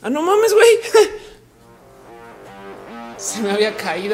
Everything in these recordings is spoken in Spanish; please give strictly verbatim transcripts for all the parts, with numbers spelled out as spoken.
Ah, no mames, güey. Se me había caído.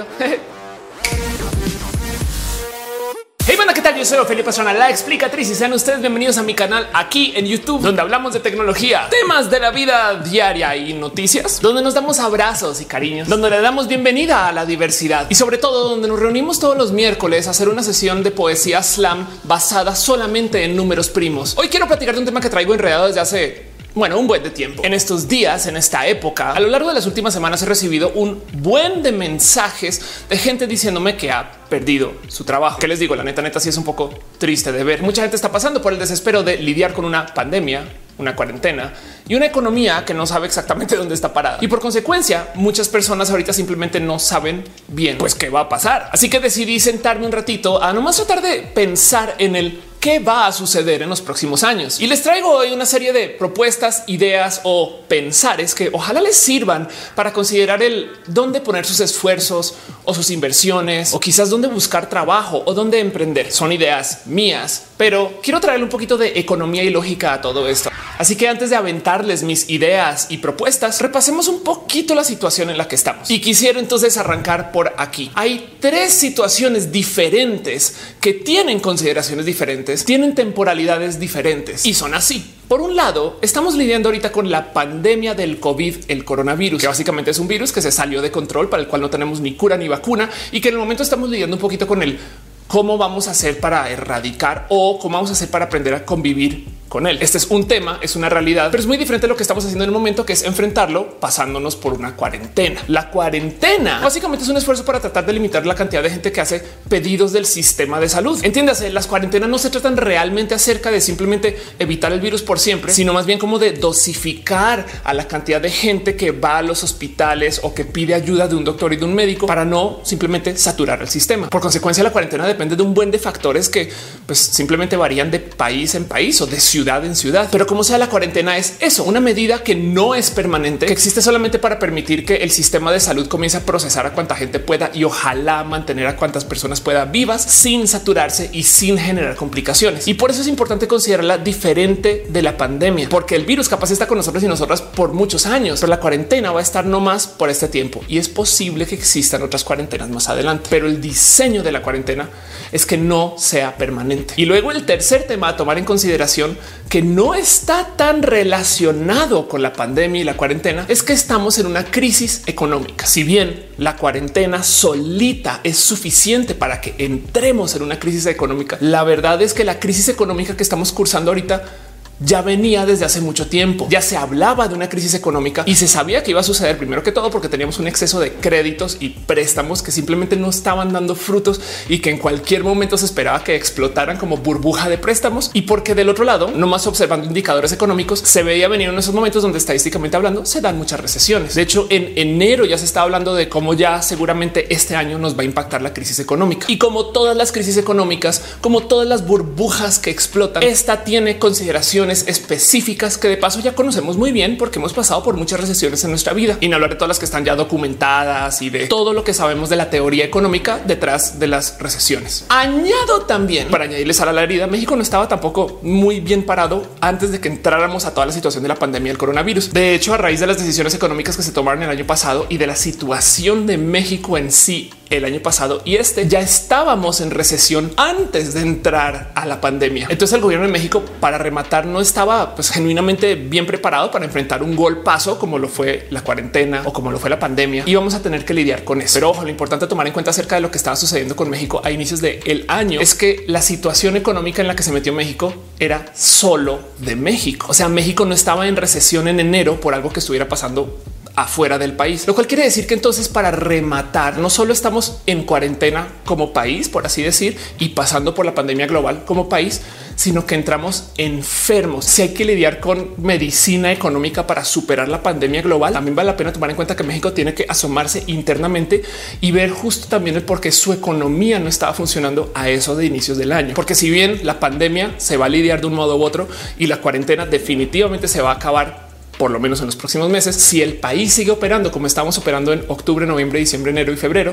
Hey banda, ¿qué tal? Yo soy Ofelia Pastrana, la explicatriz, y sean ustedes bienvenidos a mi canal aquí en YouTube, donde hablamos de tecnología, temas de la vida diaria y noticias, donde nos damos abrazos y cariños, donde le damos bienvenida a la diversidad y sobre todo donde nos reunimos todos los miércoles a hacer una sesión de poesía slam basada solamente en números primos. Hoy quiero platicar de un tema que traigo enredado desde hace Bueno, un buen de tiempo. En estos días, en esta época, a lo largo de las últimas semanas he recibido un buen de mensajes de gente diciéndome que ha perdido su trabajo. ¿Qué les digo? La neta, neta, sí es un poco triste de ver. Mucha gente está pasando por el desespero de lidiar con una pandemia, una cuarentena y una economía que no sabe exactamente dónde está parada. Y por consecuencia, muchas personas ahorita simplemente no saben bien pues qué va a pasar. Así que decidí sentarme un ratito a nomás tratar de pensar en el qué va a suceder en los próximos años. Y les traigo hoy una serie de propuestas, ideas o pensares que ojalá les sirvan para considerar el dónde poner sus esfuerzos o sus inversiones, o quizás dónde buscar trabajo o dónde emprender. Son ideas mías, pero quiero traerle un poquito de economía y lógica a todo esto. Así que antes de aventarles mis ideas y propuestas, repasemos un poquito la situación en la que estamos. Y quisiera entonces arrancar por aquí. Hay tres situaciones diferentes que tienen consideraciones diferentes, tienen temporalidades diferentes y son así. Por un lado, estamos lidiando ahorita con la pandemia del COVID, el coronavirus, que básicamente es un virus que se salió de control, para el cual no tenemos ni cura ni vacuna, y que en el momento estamos lidiando un poquito con el cómo vamos a hacer para erradicar o cómo vamos a hacer para aprender a convivir con él. Este es un tema, es una realidad, pero es muy diferente a lo que estamos haciendo en el momento, que es enfrentarlo pasándonos por una cuarentena. La cuarentena básicamente es un esfuerzo para tratar de limitar la cantidad de gente que hace pedidos del sistema de salud. Entiéndase, las cuarentenas no se tratan realmente acerca de simplemente evitar el virus por siempre, sino más bien como de dosificar a la cantidad de gente que va a los hospitales o que pide ayuda de un doctor y de un médico para no simplemente saturar el sistema. Por consecuencia, la cuarentena depende de un buen de factores que pues simplemente varían de país en país o de ciudad ciudad en ciudad. Pero como sea, la cuarentena es eso, una medida que no es permanente, que existe solamente para permitir que el sistema de salud comience a procesar a cuanta gente pueda y ojalá mantener a cuantas personas pueda vivas sin saturarse y sin generar complicaciones. Y por eso es importante considerarla diferente de la pandemia, porque el virus capaz está con nosotros y nosotras por muchos años, pero la cuarentena va a estar no más por este tiempo y es posible que existan otras cuarentenas más adelante. Pero el diseño de la cuarentena es que no sea permanente. Y luego el tercer tema a tomar en consideración, que no está tan relacionado con la pandemia y la cuarentena, es que estamos en una crisis económica. Si bien la cuarentena solita es suficiente para que entremos en una crisis económica, la verdad es que la crisis económica que estamos cursando ahorita ya venía desde hace mucho tiempo. Ya se hablaba de una crisis económica y se sabía que iba a suceder, primero que todo porque teníamos un exceso de créditos y préstamos que simplemente no estaban dando frutos y que en cualquier momento se esperaba que explotaran como burbuja de préstamos, y porque del otro lado, nomás observando indicadores económicos, se veía venir en esos momentos donde estadísticamente hablando se dan muchas recesiones. De hecho, en enero ya se estaba hablando de cómo ya seguramente este año nos va a impactar la crisis económica, y como todas las crisis económicas, como todas las burbujas que explotan, esta tiene consideraciones específicas que de paso ya conocemos muy bien porque hemos pasado por muchas recesiones en nuestra vida, y no hablar de todas las que están ya documentadas y de todo lo que sabemos de la teoría económica detrás de las recesiones. Añado también, para añadirles a la herida, México no estaba tampoco muy bien parado antes de que entráramos a toda la situación de la pandemia del coronavirus. De hecho, a raíz de las decisiones económicas que se tomaron el año pasado y de la situación de México en sí el año pasado y este, ya estábamos en recesión antes de entrar a la pandemia. Entonces el gobierno de México, para rematar, no estaba pues genuinamente bien preparado para enfrentar un golpazo como lo fue la cuarentena o como lo fue la pandemia, y vamos a tener que lidiar con eso. Pero ojo, lo importante a tomar en cuenta acerca de lo que estaba sucediendo con México a inicios del año es que la situación económica en la que se metió México era solo de México. O sea, México no estaba en recesión en enero por algo que estuviera pasando afuera del país, lo cual quiere decir que entonces, para rematar, no solo estamos en cuarentena como país, por así decir, y pasando por la pandemia global como país, sino que entramos enfermos. Si hay que lidiar con medicina económica para superar la pandemia global, también vale la pena tomar en cuenta que México tiene que asomarse internamente y ver justo también el por qué su economía no estaba funcionando a eso de inicios del año. Porque si bien la pandemia se va a lidiar de un modo u otro y la cuarentena definitivamente se va a acabar, por lo menos en los próximos meses, si el país sigue operando como estamos operando en octubre, noviembre, diciembre, enero y febrero,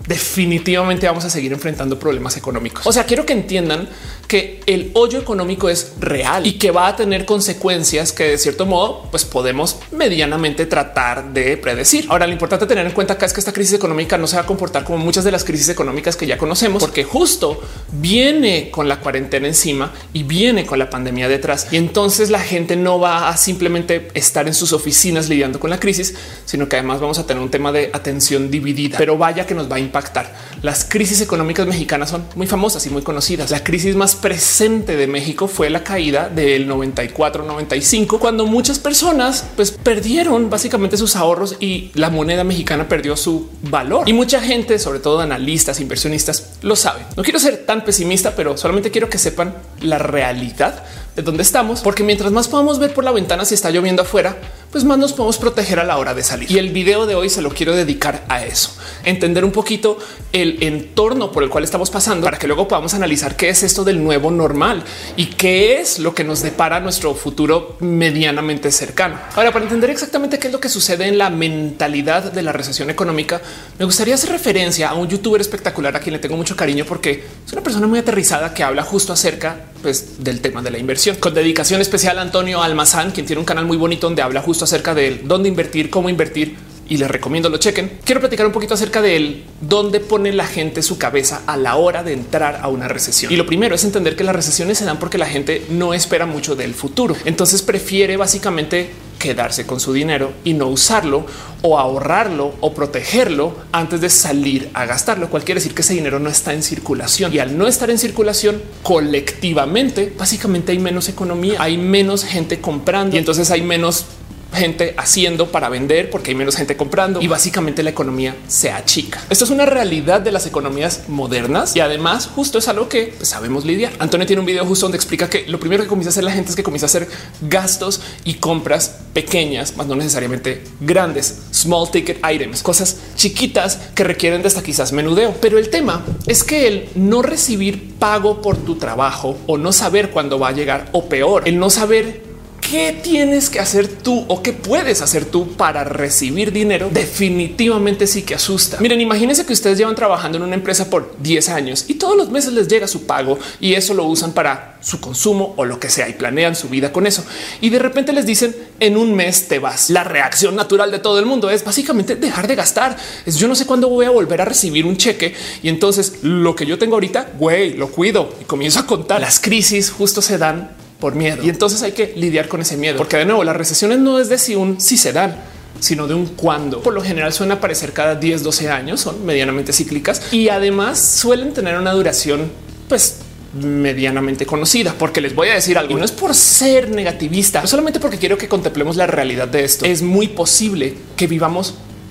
definitivamente vamos a seguir enfrentando problemas económicos. O sea, quiero que entiendan que el hoyo económico es real y que va a tener consecuencias que de cierto modo pues podemos medianamente tratar de predecir. Ahora, lo importante tener en cuenta acá es que esta crisis económica no se va a comportar como muchas de las crisis económicas que ya conocemos, porque justo viene con la cuarentena encima y viene con la pandemia detrás. Y entonces la gente no va a simplemente estar en sus oficinas lidiando con la crisis, sino que además vamos a tener un tema de atención dividida. Pero vaya que nos va a impactar. Las crisis económicas mexicanas son muy famosas y muy conocidas. La crisis más presente de México fue la caída del noventa y cuatro noventa y cinco, cuando muchas personas pues perdieron básicamente sus ahorros y la moneda mexicana perdió su valor. Y mucha gente, sobre todo analistas, inversionistas, lo saben. No quiero ser tan pesimista, pero solamente quiero que sepan la realidad de dónde estamos, porque mientras más podamos ver por la ventana si está lloviendo afuera, pues más nos podemos proteger a la hora de salir. Y el video de hoy se lo quiero dedicar a eso, entender un poquito el entorno por el cual estamos pasando para que luego podamos analizar qué es esto del nuevo normal y qué es lo que nos depara nuestro futuro medianamente cercano. Ahora, para entender exactamente qué es lo que sucede en la mentalidad de la recesión económica, me gustaría hacer referencia a un youtuber espectacular a quien le tengo mucho cariño porque es una persona muy aterrizada que habla justo acerca pues, del tema de la inversión. Con dedicación especial a Antonio Almazán, quien tiene un canal muy bonito donde habla justo acerca de dónde invertir, cómo invertir, y les recomiendo lo chequen. Quiero platicar un poquito acerca de él, dónde pone la gente su cabeza a la hora de entrar a una recesión. Y lo primero es entender que las recesiones se dan porque la gente no espera mucho del futuro. Entonces prefiere básicamente quedarse con su dinero y no usarlo o ahorrarlo o protegerlo antes de salir a gastarlo, cual quiere decir que ese dinero no está en circulación, y al no estar en circulación colectivamente, básicamente hay menos economía, hay menos gente comprando y entonces hay menos gente haciendo para vender porque hay menos gente comprando y básicamente la economía se achica. Esto es una realidad de las economías modernas y además justo es algo que sabemos lidiar. Antonio tiene un video justo donde explica que lo primero que comienza a hacer la gente es que comienza a hacer gastos y compras pequeñas, más no necesariamente grandes, small ticket items, cosas chiquitas que requieren de hasta quizás menudeo. Pero el tema es que el no recibir pago por tu trabajo o no saber cuándo va a llegar, o peor, el no saber ¿qué tienes que hacer tú o qué puedes hacer tú para recibir dinero? Definitivamente sí que asusta. Miren, imagínense que ustedes llevan trabajando en una empresa por diez años y todos los meses les llega su pago y eso lo usan para su consumo o lo que sea y planean su vida con eso. Y de repente les dicen en un mes te vas. La reacción natural de todo el mundo es básicamente dejar de gastar. Es yo no sé cuándo voy a volver a recibir un cheque y entonces lo que yo tengo ahorita, güey, lo cuido y comienzo a contar. Las crisis justo se dan por miedo y entonces hay que lidiar con ese miedo, porque de nuevo las recesiones no es de si un si se dan, sino de un cuándo. Por lo general suelen aparecer cada diez, doce años, son medianamente cíclicas y además suelen tener una duración pues medianamente conocida, porque les voy a decir algo, y no es por ser negativista, no solamente porque quiero que contemplemos la realidad de esto. Es muy posible que vivamos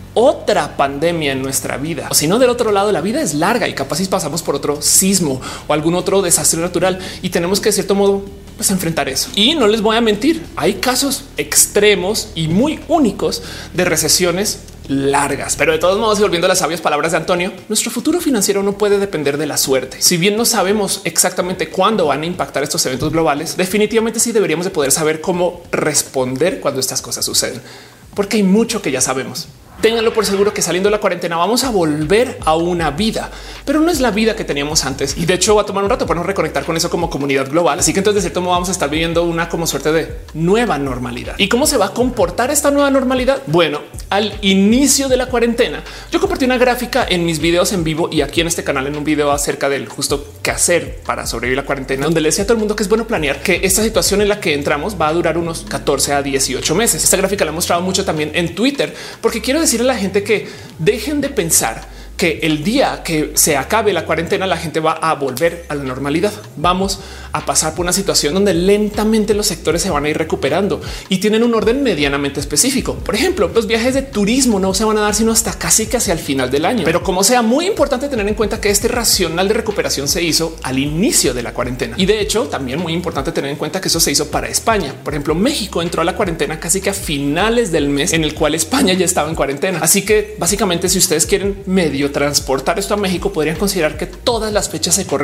otra pandemia en nuestra vida, o si no, del otro lado, la vida es larga y capaz si pasamos por otro sismo o algún otro desastre natural y tenemos que de cierto modo pues enfrentar eso. Y no les voy a mentir, hay casos extremos y muy únicos de recesiones largas, pero de todos modos, y volviendo a las sabias palabras de Antonio, nuestro futuro financiero no puede depender de la suerte. Si bien no sabemos exactamente cuándo van a impactar estos eventos globales, definitivamente sí deberíamos de poder saber cómo responder cuando estas cosas suceden, porque hay mucho que ya sabemos. Ténganlo por seguro que saliendo de la cuarentena vamos a volver a una vida, pero no es la vida que teníamos antes. Y de hecho va a tomar un rato para nos reconectar con eso como comunidad global. Así que entonces de cierto modo vamos a estar viviendo una como suerte de nueva normalidad. ¿Y cómo se va a comportar esta nueva normalidad? Bueno, al inicio de la cuarentena, yo compartí una gráfica en mis videos en vivo y aquí en este canal en un video acerca del justo qué hacer para sobrevivir la cuarentena, donde le decía a todo el mundo que es bueno planear que esta situación en la que entramos va a durar unos catorce a dieciocho meses. Esta gráfica la he mostrado mucho también en Twitter, porque quiero decirle a la gente que dejen de pensar que el día que se acabe la cuarentena la gente va a volver a la normalidad. Vamos a pasar por una situación donde lentamente los sectores se van a ir recuperando y tienen un orden medianamente específico. Por ejemplo, los viajes de turismo no se van a dar sino hasta casi que hacia el final del año. Pero como sea, muy importante tener en cuenta que este racional de recuperación se hizo al inicio de la cuarentena. Y de hecho, también muy importante tener en cuenta que eso se hizo para España. Por ejemplo, México entró a la cuarentena casi que a finales del mes en el cual España ya estaba en cuarentena. Así que básicamente, si ustedes quieren medio transportar esto a México, podrían considerar que todas las fechas se corren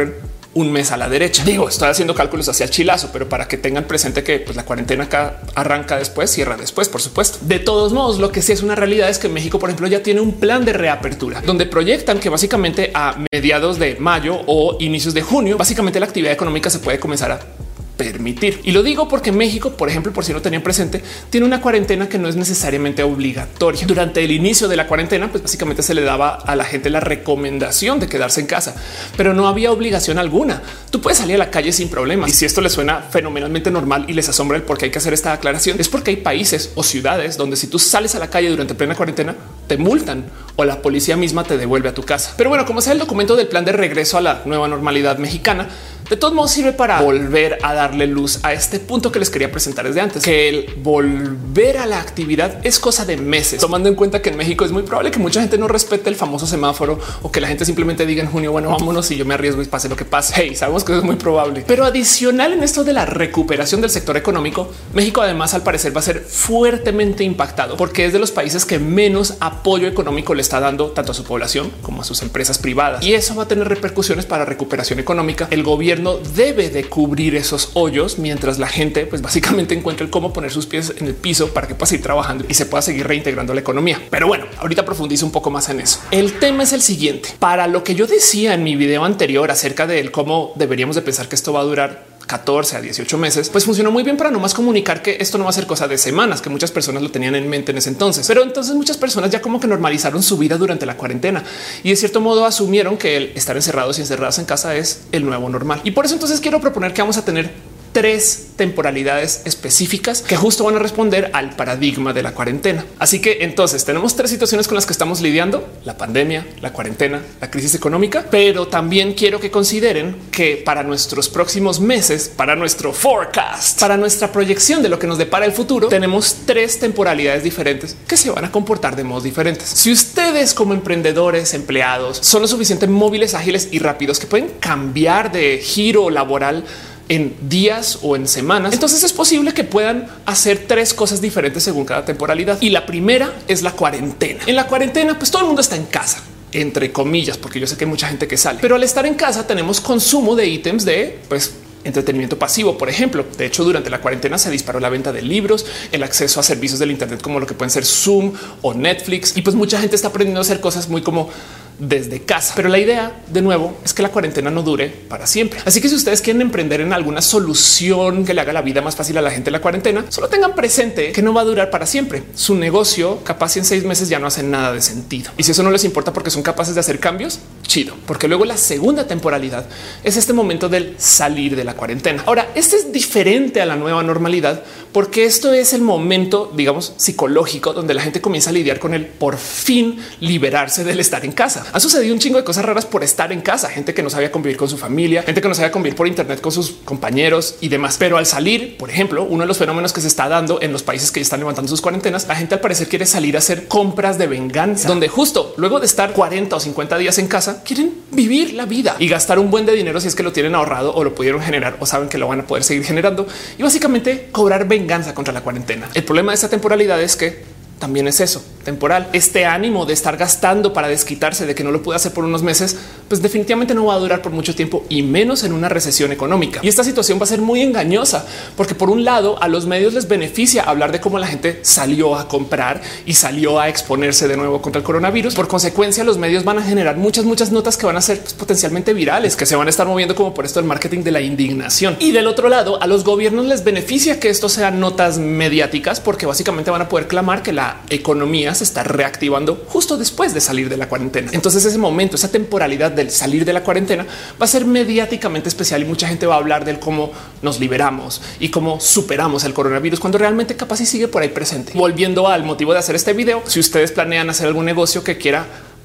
un mes a la derecha. Digo, estoy haciendo cálculos hacia el chilazo, pero para que tengan presente que pues, la cuarentena acá arranca después, cierra después, por supuesto. De todos modos, lo que sí es una realidad es que México, por ejemplo, ya tiene un plan de reapertura donde proyectan que básicamente a mediados de mayo o inicios de junio, básicamente la actividad económica se puede comenzar a permitir. Y lo digo porque México, por ejemplo, por si no tenían presente, tiene una cuarentena que no es necesariamente obligatoria. Durante el inicio de la cuarentena, pues básicamente se le daba a la gente la recomendación de quedarse en casa, pero no había obligación alguna. Tú puedes salir a la calle sin problemas. Y si esto les suena fenomenalmente normal y les asombra el por qué hay que hacer esta aclaración, es porque hay países o ciudades donde si tú sales a la calle durante plena cuarentena, te multan o la policía misma te devuelve a tu casa. Pero bueno, como sea el documento del plan de regreso a la nueva normalidad mexicana, de todos modos sirve para volver a darle luz a este punto que les quería presentar desde antes, que el volver a la actividad es cosa de meses, tomando en cuenta que en México es muy probable que mucha gente no respete el famoso semáforo o que la gente simplemente diga en junio, bueno, vámonos y yo me arriesgo y pase lo que pase. Hey, sabemos que eso es muy probable, pero adicional en esto de la recuperación del sector económico, México además al parecer va a ser fuertemente impactado porque es de los países que menos apoyo económico le está dando tanto a su población como a sus empresas privadas, y eso va a tener repercusiones para recuperación económica. El gobierno debe de cubrir esos hoyos mientras la gente pues básicamente encuentra el cómo poner sus pies en el piso para que pueda seguir trabajando y se pueda seguir reintegrando la economía. Pero bueno, ahorita profundizo un poco más en eso. El tema es el siguiente. Para lo que yo decía en mi video anterior acerca de cómo deberíamos de pensar que esto va a durar catorce a dieciocho meses, pues funcionó muy bien para nomás comunicar que esto no va a ser cosa de semanas, que muchas personas lo tenían en mente en ese entonces. Pero entonces muchas personas ya como que normalizaron su vida durante la cuarentena y de cierto modo asumieron que el estar encerrados y encerradas en casa es el nuevo normal. Y por eso entonces quiero proponer que vamos a tener tres temporalidades específicas que justo van a responder al paradigma de la cuarentena. Así que entonces tenemos tres situaciones con las que estamos lidiando: la pandemia, la cuarentena, la crisis económica, pero también quiero que consideren que para nuestros próximos meses, para nuestro forecast, para nuestra proyección de lo que nos depara el futuro, tenemos tres temporalidades diferentes que se van a comportar de modos diferentes. Si ustedes como emprendedores, empleados, son lo suficiente móviles, ágiles y rápidos que pueden cambiar de giro laboral en días o en semanas, entonces es posible que puedan hacer tres cosas diferentes según cada temporalidad. Y la primera es la cuarentena. En la cuarentena, pues todo el mundo está en casa, entre comillas, porque yo sé que hay mucha gente que sale, pero al estar en casa tenemos consumo de ítems de pues entretenimiento pasivo. Por ejemplo, de hecho, durante la cuarentena se disparó la venta de libros, el acceso a servicios del Internet como lo que pueden ser Zoom o Netflix, y pues mucha gente está aprendiendo a hacer cosas muy como desde casa. Pero la idea de nuevo es que la cuarentena no dure para siempre. Así que si ustedes quieren emprender en alguna solución que le haga la vida más fácil a la gente en la cuarentena, solo tengan presente que no va a durar para siempre. Su negocio capaz en seis meses ya no hace nada de sentido. Y si eso no les importa porque son capaces de hacer cambios, chido, porque luego la segunda temporalidad es este momento del salir de la cuarentena. Ahora, este es diferente a la nueva normalidad porque esto es el momento, digamos, psicológico donde la gente comienza a lidiar con el por fin liberarse del estar en casa. Ha sucedido un chingo de cosas raras por estar en casa, gente que no sabía convivir con su familia, gente que no sabía convivir por Internet con sus compañeros y demás. Pero al salir, por ejemplo, uno de los fenómenos que se está dando en los países que ya están levantando sus cuarentenas, la gente al parecer quiere salir a hacer compras de venganza, donde justo luego de estar cuarenta o cincuenta días en casa, quieren vivir la vida y gastar un buen de dinero si es que lo tienen ahorrado o lo pudieron generar o saben que lo van a poder seguir generando y básicamente cobrar venganza contra la cuarentena. El problema de esta temporalidad es que también es eso, temporal. Este ánimo de estar gastando para desquitarse de que no lo puede hacer por unos meses, pues definitivamente no va a durar por mucho tiempo y menos en una recesión económica. Y esta situación va a ser muy engañosa porque por un lado a los medios les beneficia hablar de cómo la gente salió a comprar y salió a exponerse de nuevo contra el coronavirus. Por consecuencia, los medios van a generar muchas, muchas notas que van a ser pues, potencialmente virales, que se van a estar moviendo como por esto el marketing de la indignación. Y del otro lado, a los gobiernos les beneficia que esto sean notas mediáticas porque básicamente van a poder clamar que la economía se está reactivando justo después de salir de la cuarentena. Entonces ese momento, esa temporalidad del salir de la cuarentena va a ser mediáticamente especial y mucha gente va a hablar del cómo nos liberamos y cómo superamos el coronavirus cuando realmente capaz y sigue por ahí presente. Volviendo al motivo de hacer este video, si ustedes planean hacer algún negocio que quiera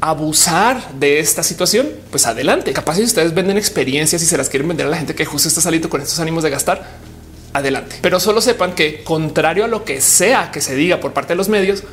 abusar de esta situación, pues adelante. Capaz si ustedes venden experiencias y se las quieren vender a la gente que justo está saliendo con estos ánimos de gastar, adelante. Pero solo sepan que contrario a lo que sea que se diga por parte de los medios,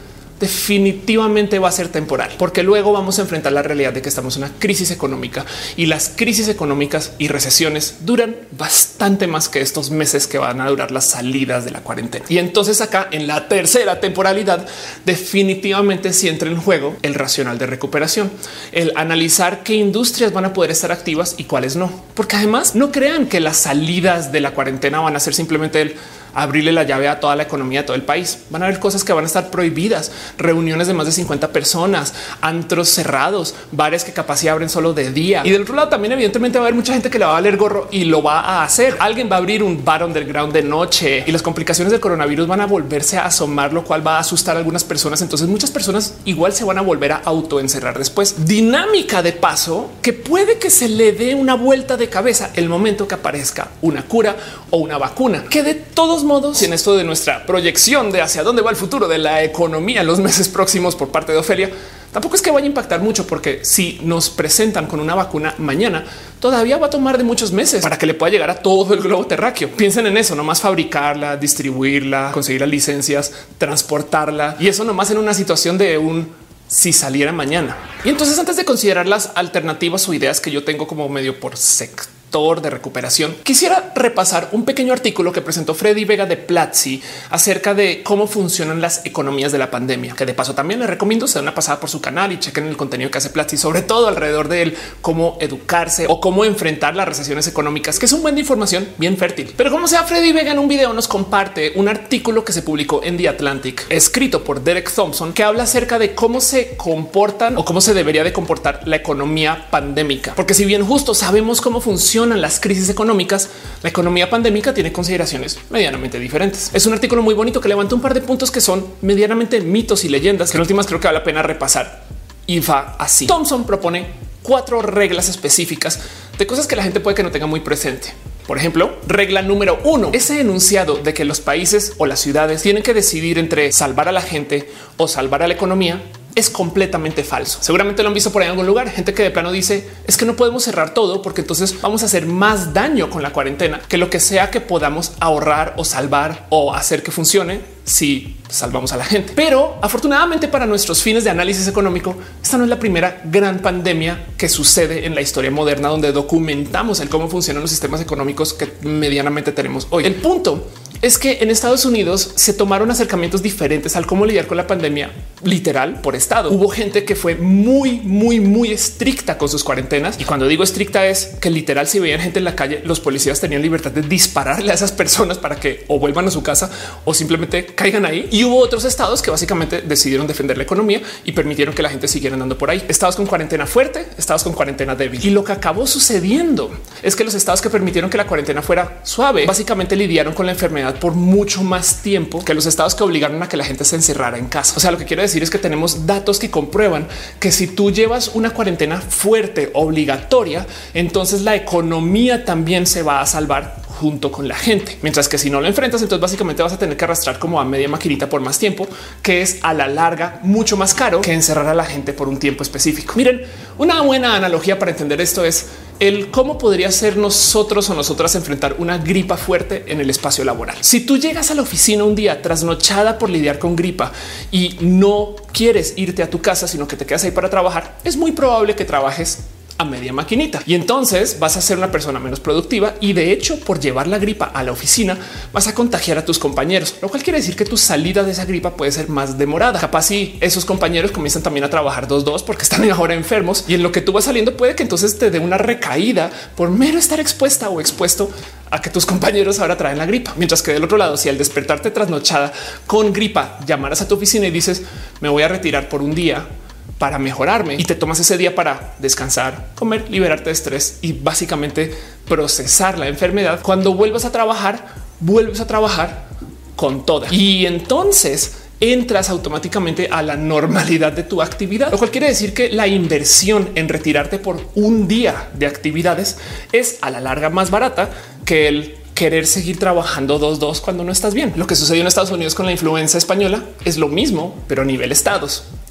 definitivamente va a ser temporal, porque luego vamos a enfrentar la realidad de que estamos en una crisis económica y las crisis económicas y recesiones duran bastante más que estos meses que van a durar las salidas de la cuarentena. Y entonces acá en la tercera temporalidad definitivamente sí entra en juego el racional de recuperación, el analizar qué industrias van a poder estar activas y cuáles no, porque además no crean que las salidas de la cuarentena van a ser simplemente el abrirle la llave a toda la economía de todo el país. Van a haber cosas que van a estar prohibidas, reuniones de más de cincuenta personas, antros cerrados, bares que capaz abren solo de día. Y del otro lado también evidentemente va a haber mucha gente que le va a valer gorro y lo va a hacer. Alguien va a abrir un bar underground de noche y las complicaciones del coronavirus van a volverse a asomar, lo cual va a asustar a algunas personas. Entonces muchas personas igual se van a volver a autoencerrar después. Dinámica de paso que puede que se le dé una vuelta de cabeza el momento que aparezca una cura o una vacuna, que de todos modos, en esto de nuestra proyección de hacia dónde va el futuro de la economía en los meses próximos por parte de Ofelia, tampoco es que vaya a impactar mucho, porque si nos presentan con una vacuna mañana, todavía va a tomar de muchos meses para que le pueda llegar a todo el globo terráqueo. Piensen en eso, nomás fabricarla, distribuirla, conseguir las licencias, transportarla, y eso nomás en una situación de un si saliera mañana. Y entonces, antes de considerar las alternativas o ideas que yo tengo como medio por sector de recuperación, quisiera repasar un pequeño artículo que presentó Freddy Vega de Platzi acerca de cómo funcionan las economías de la pandemia, que de paso también les recomiendo se den una pasada por su canal y chequen el contenido que hace Platzi, sobre todo alrededor de él, cómo educarse o cómo enfrentar las recesiones económicas, que es un buen de información bien fértil. Pero como sea, Freddy Vega en un video nos comparte un artículo que se publicó en The Atlantic, escrito por Derek Thompson, que habla acerca de cómo se comportan o cómo se debería de comportar la economía pandémica. Porque si bien justo sabemos cómo funciona las crisis económicas, la economía pandémica tiene consideraciones medianamente diferentes. Es un artículo muy bonito que levanta un par de puntos que son medianamente mitos y leyendas que en últimas creo que vale la pena repasar. Y va así. Thompson propone cuatro reglas específicas de cosas que la gente puede que no tenga muy presente. Por ejemplo, regla número uno, ese enunciado de que los países o las ciudades tienen que decidir entre salvar a la gente o salvar a la economía es completamente falso. Seguramente lo han visto por ahí en algún lugar. Gente que de plano dice es que no podemos cerrar todo porque entonces vamos a hacer más daño con la cuarentena que lo que sea que podamos ahorrar o salvar o hacer que funcione si salvamos a la gente. Pero afortunadamente para nuestros fines de análisis económico, esta no es la primera gran pandemia que sucede en la historia moderna donde documentamos el cómo funcionan los sistemas económicos que medianamente tenemos hoy. El punto es que en Estados Unidos se tomaron acercamientos diferentes al cómo lidiar con la pandemia literal por estado. Hubo gente que fue muy, muy, muy estricta con sus cuarentenas. Y cuando digo estricta es que literal si veían gente en la calle, los policías tenían libertad de dispararle a esas personas para que o vuelvan a su casa o simplemente caigan ahí. Y hubo otros estados que básicamente decidieron defender la economía y permitieron que la gente siguiera andando por ahí. Estados con cuarentena fuerte, estados con cuarentena débil. Y lo que acabó sucediendo es que los estados que permitieron que la cuarentena fuera suave básicamente lidiaron con la enfermedad por mucho más tiempo que los estados que obligaron a que la gente se encerrara en casa. O sea, lo que quiero decir es que tenemos datos que comprueban que si tú llevas una cuarentena fuerte obligatoria, entonces la economía también se va a salvar junto con la gente, mientras que si no lo enfrentas, entonces básicamente vas a tener que arrastrar como a media maquinita por más tiempo, que es a la larga mucho más caro que encerrar a la gente por un tiempo específico. Miren, una buena analogía para entender esto es el cómo podría ser nosotros o nosotras enfrentar una gripa fuerte en el espacio laboral. Si tú llegas a la oficina un día trasnochada por lidiar con gripa y no quieres irte a tu casa, sino que te quedas ahí para trabajar, es muy probable que trabajes a media maquinita y entonces vas a ser una persona menos productiva y de hecho por llevar la gripa a la oficina vas a contagiar a tus compañeros, lo cual quiere decir que tu salida de esa gripa puede ser más demorada. Capaz si esos compañeros comienzan también a trabajar dos dos porque están ahora enfermos y en lo que tú vas saliendo puede que entonces te dé una recaída por mero estar expuesta o expuesto a que tus compañeros ahora traen la gripa. Mientras que del otro lado, si al despertarte trasnochada con gripa llamaras a tu oficina y dices me voy a retirar por un día para mejorarme y te tomas ese día para descansar, comer, liberarte de estrés y básicamente procesar la enfermedad. Cuando vuelvas a trabajar, vuelves a trabajar con toda y entonces entras automáticamente a la normalidad de tu actividad, lo cual quiere decir que la inversión en retirarte por un día de actividades es a la larga más barata que el querer seguir trabajando dos dos cuando no estás bien. Lo que sucedió en Estados Unidos con la influenza española es lo mismo, pero a nivel estados.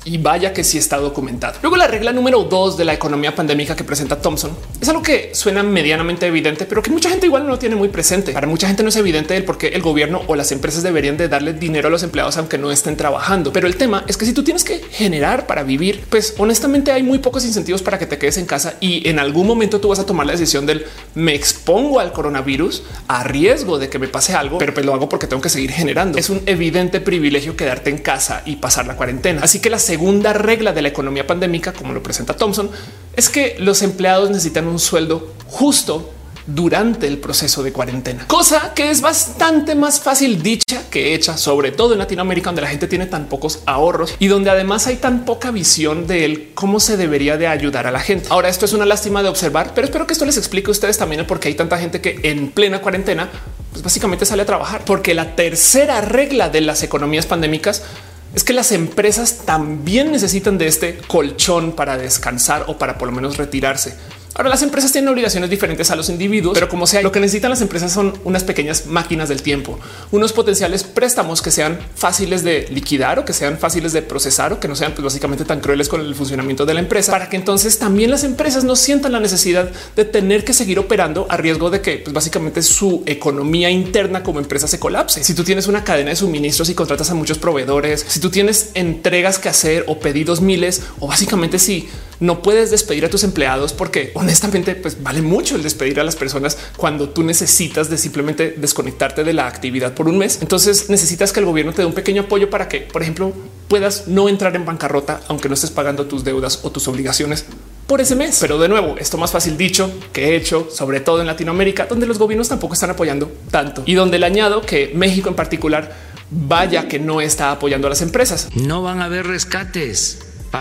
Y vaya que sí está documentado. Luego la regla número dos de la economía pandémica que presenta Thompson es algo que suena medianamente evidente, pero que mucha gente igual no lo tiene muy presente. Para mucha gente no es evidente el por qué el gobierno o las empresas deberían de darle dinero a los empleados aunque no estén trabajando. Pero el tema es que si tú tienes que generar para vivir, pues honestamente hay muy pocos incentivos para que te quedes en casa y en algún momento tú vas a tomar la decisión del me expongo al coronavirus a riesgo de que me pase algo, pero pues lo hago porque tengo que seguir generando. Es un evidente privilegio quedarte en casa y pasar la cuarentena. Así que la segunda regla de la economía pandémica, como lo presenta Thompson, es que los empleados necesitan un sueldo justo durante el proceso de cuarentena, cosa que es bastante más fácil dicha que hecha, sobre todo en Latinoamérica, donde la gente tiene tan pocos ahorros y donde además hay tan poca visión de él, cómo se debería de ayudar a la gente. Ahora, esto es una lástima de observar, pero espero que esto les explique a ustedes también el por qué hay tanta gente que en plena cuarentena pues básicamente sale a trabajar, porque la tercera regla de las economías pandémicas es que las empresas también necesitan de este colchón para descansar o para por lo menos retirarse. Ahora, las empresas tienen obligaciones diferentes a los individuos, pero como sea, lo que necesitan las empresas son unas pequeñas máquinas del tiempo, unos potenciales préstamos que sean fáciles de liquidar o que sean fáciles de procesar o que no sean pues, básicamente tan crueles con el funcionamiento de la empresa, para que entonces también las empresas no sientan la necesidad de tener que seguir operando a riesgo de que pues, básicamente su economía interna como empresa se colapse. Si tú tienes una cadena de suministros y contratas a muchos proveedores, si tú tienes entregas que hacer o pedidos miles, o básicamente si no puedes despedir a tus empleados porque honestamente pues vale mucho el despedir a las personas cuando tú necesitas de simplemente desconectarte de la actividad por un mes. Entonces necesitas que el gobierno te dé un pequeño apoyo para que, por ejemplo, puedas no entrar en bancarrota aunque no estés pagando tus deudas o tus obligaciones por ese mes. Pero de nuevo, esto más fácil dicho que hecho, sobre todo en Latinoamérica, donde los gobiernos tampoco están apoyando tanto y donde le añado que México en particular, vaya que no está apoyando a las empresas. No van a haber rescates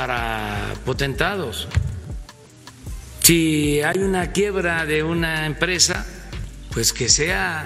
para potentados. Si hay una quiebra de una empresa, pues que sea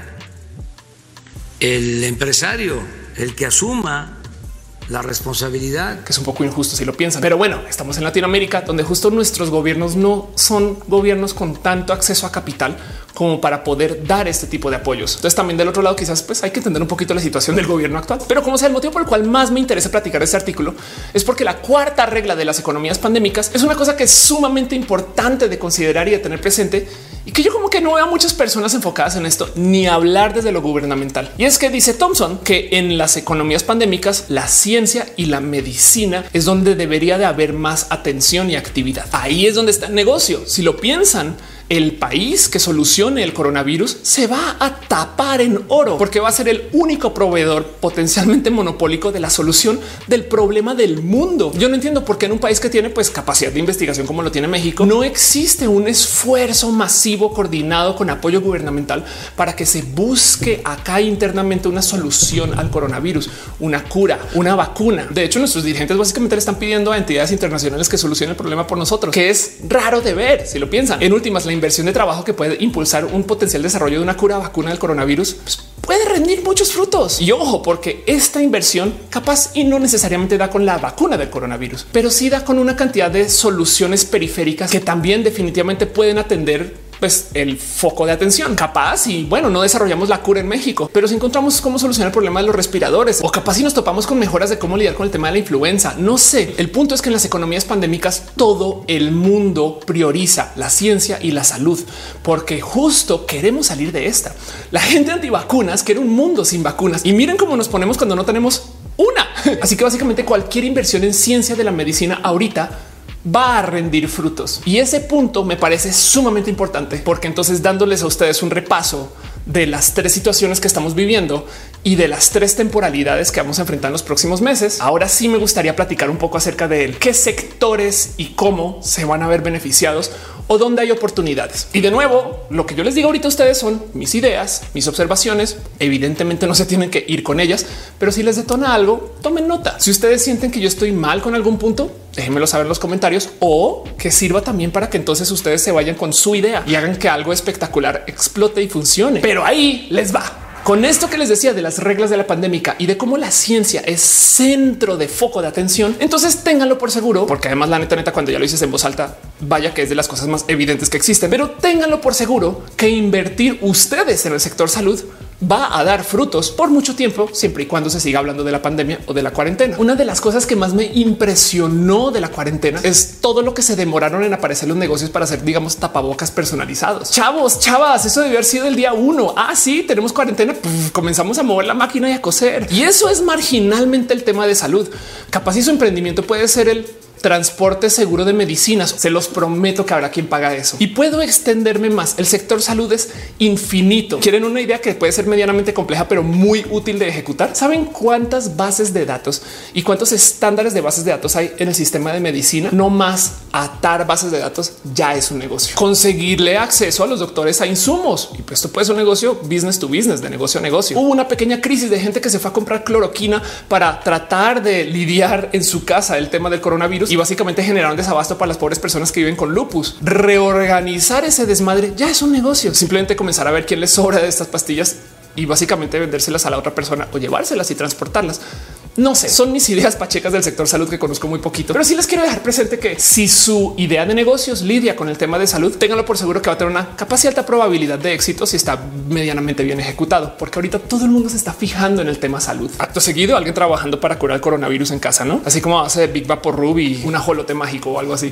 el empresario el que asuma la responsabilidad, que es un poco injusto si lo piensan. Pero bueno, estamos en Latinoamérica, donde justo nuestros gobiernos no son gobiernos con tanto acceso a capital como para poder dar este tipo de apoyos. Entonces también del otro lado quizás pues hay que entender un poquito la situación del gobierno actual. Pero como sea, el motivo por el cual más me interesa platicar este artículo es porque la cuarta regla de las economías pandémicas es una cosa que es sumamente importante de considerar y de tener presente y que yo como que no veo a muchas personas enfocadas en esto ni hablar desde lo gubernamental. Y es que dice Thompson que en las economías pandémicas la ciencia y la medicina es donde debería de haber más atención y actividad. Ahí es donde está el negocio. Si lo piensan, el país que solucione el coronavirus se va a tapar en oro porque va a ser el único proveedor potencialmente monopólico de la solución del problema del mundo. Yo no entiendo por qué en un país que tiene pues capacidad de investigación como lo tiene México no existe un esfuerzo masivo coordinado con apoyo gubernamental para que se busque acá internamente una solución al coronavirus, una cura, una vacuna. De hecho, nuestros dirigentes básicamente le están pidiendo a entidades internacionales que solucionen el problema por nosotros, que es raro de ver si lo piensan. En últimas, la inversión de trabajo que puede impulsar un potencial desarrollo de una cura vacuna del coronavirus pues puede rendir muchos frutos. Y ojo, porque esta inversión capaz y no necesariamente da con la vacuna del coronavirus, pero sí da con una cantidad de soluciones periféricas que también definitivamente pueden atender pues el foco de atención. Capaz y bueno, no desarrollamos la cura en México, pero si encontramos cómo solucionar el problema de los respiradores o capaz si nos topamos con mejoras de cómo lidiar con el tema de la influenza, no sé. El punto es que en las economías pandémicas todo el mundo prioriza la ciencia y la salud porque justo queremos salir de esta. La gente antivacunas quiere un mundo sin vacunas y miren cómo nos ponemos cuando no tenemos una. Así que básicamente cualquier inversión en ciencia de la medicina ahorita va a rendir frutos. Y ese punto me parece sumamente importante porque entonces dándoles a ustedes un repaso de las tres situaciones que estamos viviendo y de las tres temporalidades que vamos a enfrentar en los próximos meses, ahora sí me gustaría platicar un poco acerca de él, qué sectores y cómo se van a ver beneficiados o dónde hay oportunidades. Y de nuevo, lo que yo les digo ahorita a ustedes son mis ideas, mis observaciones. Evidentemente no se tienen que ir con ellas, pero si les detona algo, tomen nota. Si ustedes sienten que yo estoy mal con algún punto, déjenmelo saber en los comentarios o que sirva también para que entonces ustedes se vayan con su idea y hagan que algo espectacular explote y funcione. Pero ahí les va. Con esto que les decía de las reglas de la pandemia y de cómo la ciencia es centro de foco de atención, entonces ténganlo por seguro, porque además la neta, neta, cuando ya lo dices en voz alta, vaya que es de las cosas más evidentes que existen, pero ténganlo por seguro que invertir ustedes en el sector salud va a dar frutos por mucho tiempo, siempre y cuando se siga hablando de la pandemia o de la cuarentena. Una de las cosas que más me impresionó de la cuarentena es todo lo que se demoraron en aparecer los negocios para hacer, digamos, tapabocas personalizados. Chavos, chavas, eso debió haber sido el día uno. Ah, sí, tenemos cuarentena. Puf, comenzamos a mover la máquina y a coser. Y eso es marginalmente el tema de salud. Capaz si su emprendimiento puede ser el transporte seguro de medicinas. Se los prometo que habrá quien paga eso y puedo extenderme más. El sector salud es infinito. ¿Quieren una idea que puede ser medianamente compleja, pero muy útil de ejecutar? ¿Saben cuántas bases de datos y cuántos estándares de bases de datos hay en el sistema de medicina? No más atar bases de datos ya es un negocio. Conseguirle acceso a los doctores a insumos y pues esto puede ser un negocio business to business, de negocio a negocio. Hubo una pequeña crisis de gente que se fue a comprar cloroquina para tratar de lidiar en su casa el tema del coronavirus y básicamente generaron desabasto para las pobres personas que viven con lupus. Reorganizar ese desmadre ya es un negocio. Simplemente comenzar a ver quién les sobra de estas pastillas y básicamente vendérselas a la otra persona o llevárselas y transportarlas. No sé, son mis ideas pachecas del sector salud que conozco muy poquito, pero sí les quiero dejar presente que si su idea de negocios lidia con el tema de salud, ténganlo por seguro que va a tener una casi alta probabilidad de éxito si está medianamente bien ejecutado, porque ahorita todo el mundo se está fijando en el tema salud. Acto seguido, alguien trabajando para curar el coronavirus en casa, no? Así como hace Big Vaporub y un ajolote mágico o algo así.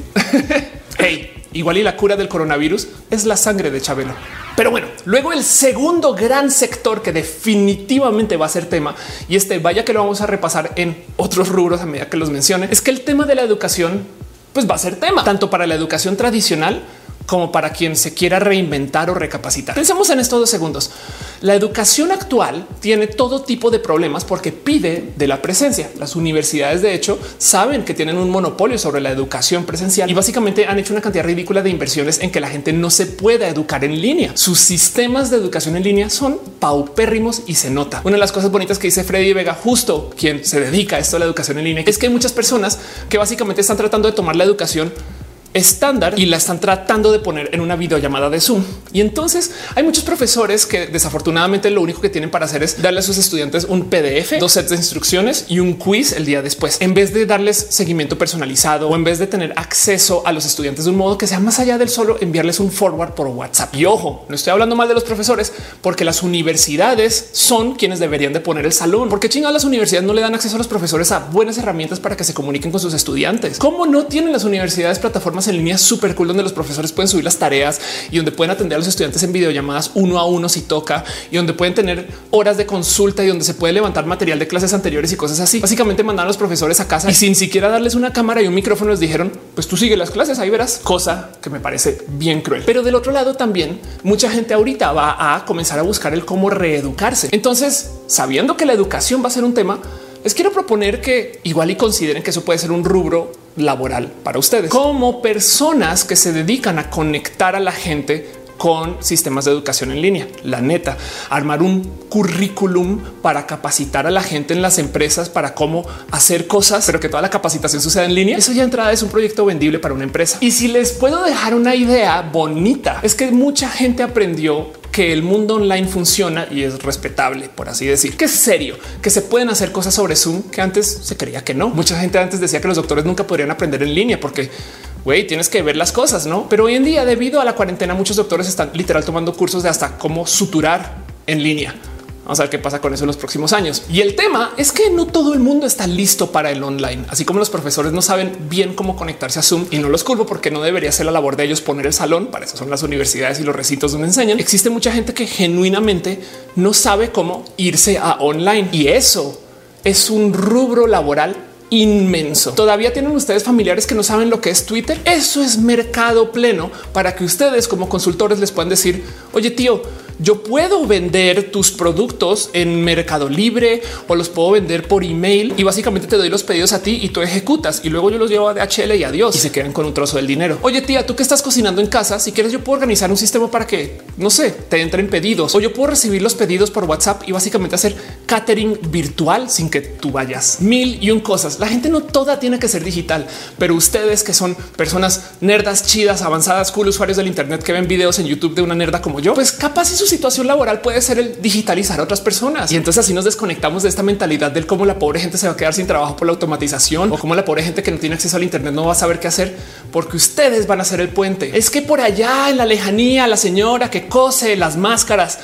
Hey, igual y la cura del coronavirus es la sangre de Chabelo. Pero bueno, luego el segundo gran sector que definitivamente va a ser tema, y este vaya que lo vamos a repasar en otros rubros a medida que los mencione, es que el tema de la educación pues va a ser tema tanto para la educación tradicional como para quien se quiera reinventar o recapacitar. Pensemos en estos dos segundos. La educación actual tiene todo tipo de problemas porque pide de la presencia. Las universidades, de hecho, saben que tienen un monopolio sobre la educación presencial y básicamente han hecho una cantidad ridícula de inversiones en que la gente no se pueda educar en línea. Sus sistemas de educación en línea son paupérrimos y se nota. Una de las cosas bonitas que dice Freddy Vega, justo quien se dedica a esto a la educación en línea, es que hay muchas personas que básicamente están tratando de tomar la educación estándar y la están tratando de poner en una videollamada de Zoom. Y entonces hay muchos profesores que desafortunadamente lo único que tienen para hacer es darle a sus estudiantes un P D F, dos sets de instrucciones y un quiz el día después, en vez de darles seguimiento personalizado o en vez de tener acceso a los estudiantes de un modo que sea más allá del solo enviarles un forward por WhatsApp. Y ojo, no estoy hablando mal de los profesores porque las universidades son quienes deberían de poner el salón. Porque chingados las universidades no le dan acceso a los profesores a buenas herramientas para que se comuniquen con sus estudiantes. ¿Cómo no tienen las universidades plataformas en línea súper cool donde los profesores pueden subir las tareas y donde pueden atender a los estudiantes en videollamadas uno a uno si toca y donde pueden tener horas de consulta y donde se puede levantar material de clases anteriores y cosas así? Básicamente mandaron a los profesores a casa y sin siquiera darles una cámara y un micrófono les dijeron pues tú sigue las clases, ahí verás, cosa que me parece bien cruel. Pero del otro lado también mucha gente ahorita va a comenzar a buscar el cómo reeducarse. Entonces, sabiendo que la educación va a ser un tema, les quiero proponer que igual y consideren que eso puede ser un rubro laboral para ustedes como personas que se dedican a conectar a la gente con sistemas de educación en línea. La neta, armar un currículum para capacitar a la gente en las empresas para cómo hacer cosas, pero que toda la capacitación suceda en línea. Eso ya entrada es un proyecto vendible para una empresa. Y si les puedo dejar una idea bonita, es que mucha gente aprendió que el mundo online funciona y es respetable, por así decir, que es serio, que se pueden hacer cosas sobre Zoom que antes se creía que no. Mucha gente antes decía que los doctores nunca podrían aprender en línea porque güey, tienes que ver las cosas, no? Pero hoy en día, debido a la cuarentena, muchos doctores están literal tomando cursos de hasta cómo suturar en línea. Vamos a ver qué pasa con eso en los próximos años. Y el tema es que no todo el mundo está listo para el online, así como los profesores no saben bien cómo conectarse a Zoom, y no los culpo porque no debería ser la labor de ellos poner el salón. Para eso son las universidades y los recintos donde enseñan. Existe mucha gente que genuinamente no sabe cómo irse a online y eso es un rubro laboral inmenso. Todavía tienen ustedes familiares que no saben lo que es Twitter. Eso es mercado pleno para que ustedes como consultores les puedan decir, oye tío, yo puedo vender tus productos en Mercado Libre o los puedo vender por email y básicamente te doy los pedidos a ti y tú ejecutas y luego yo los llevo a D H L y adiós y se quedan con un trozo del dinero. Oye tía, tú que estás cocinando en casa, si quieres yo puedo organizar un sistema para que no sé, te entren pedidos o yo puedo recibir los pedidos por WhatsApp y básicamente hacer catering virtual sin que tú vayas. Mil y un cosas. La gente no toda tiene que ser digital, pero ustedes que son personas nerdas, chidas, avanzadas, cool, usuarios del Internet que ven videos en YouTube de una nerda como yo, pues capaz si su situación laboral puede ser el digitalizar a otras personas. Y entonces así nos desconectamos de esta mentalidad del cómo la pobre gente se va a quedar sin trabajo por la automatización o cómo la pobre gente que no tiene acceso al Internet no va a saber qué hacer porque ustedes van a ser el puente. Es que por allá en la lejanía, la señora que cose las máscaras,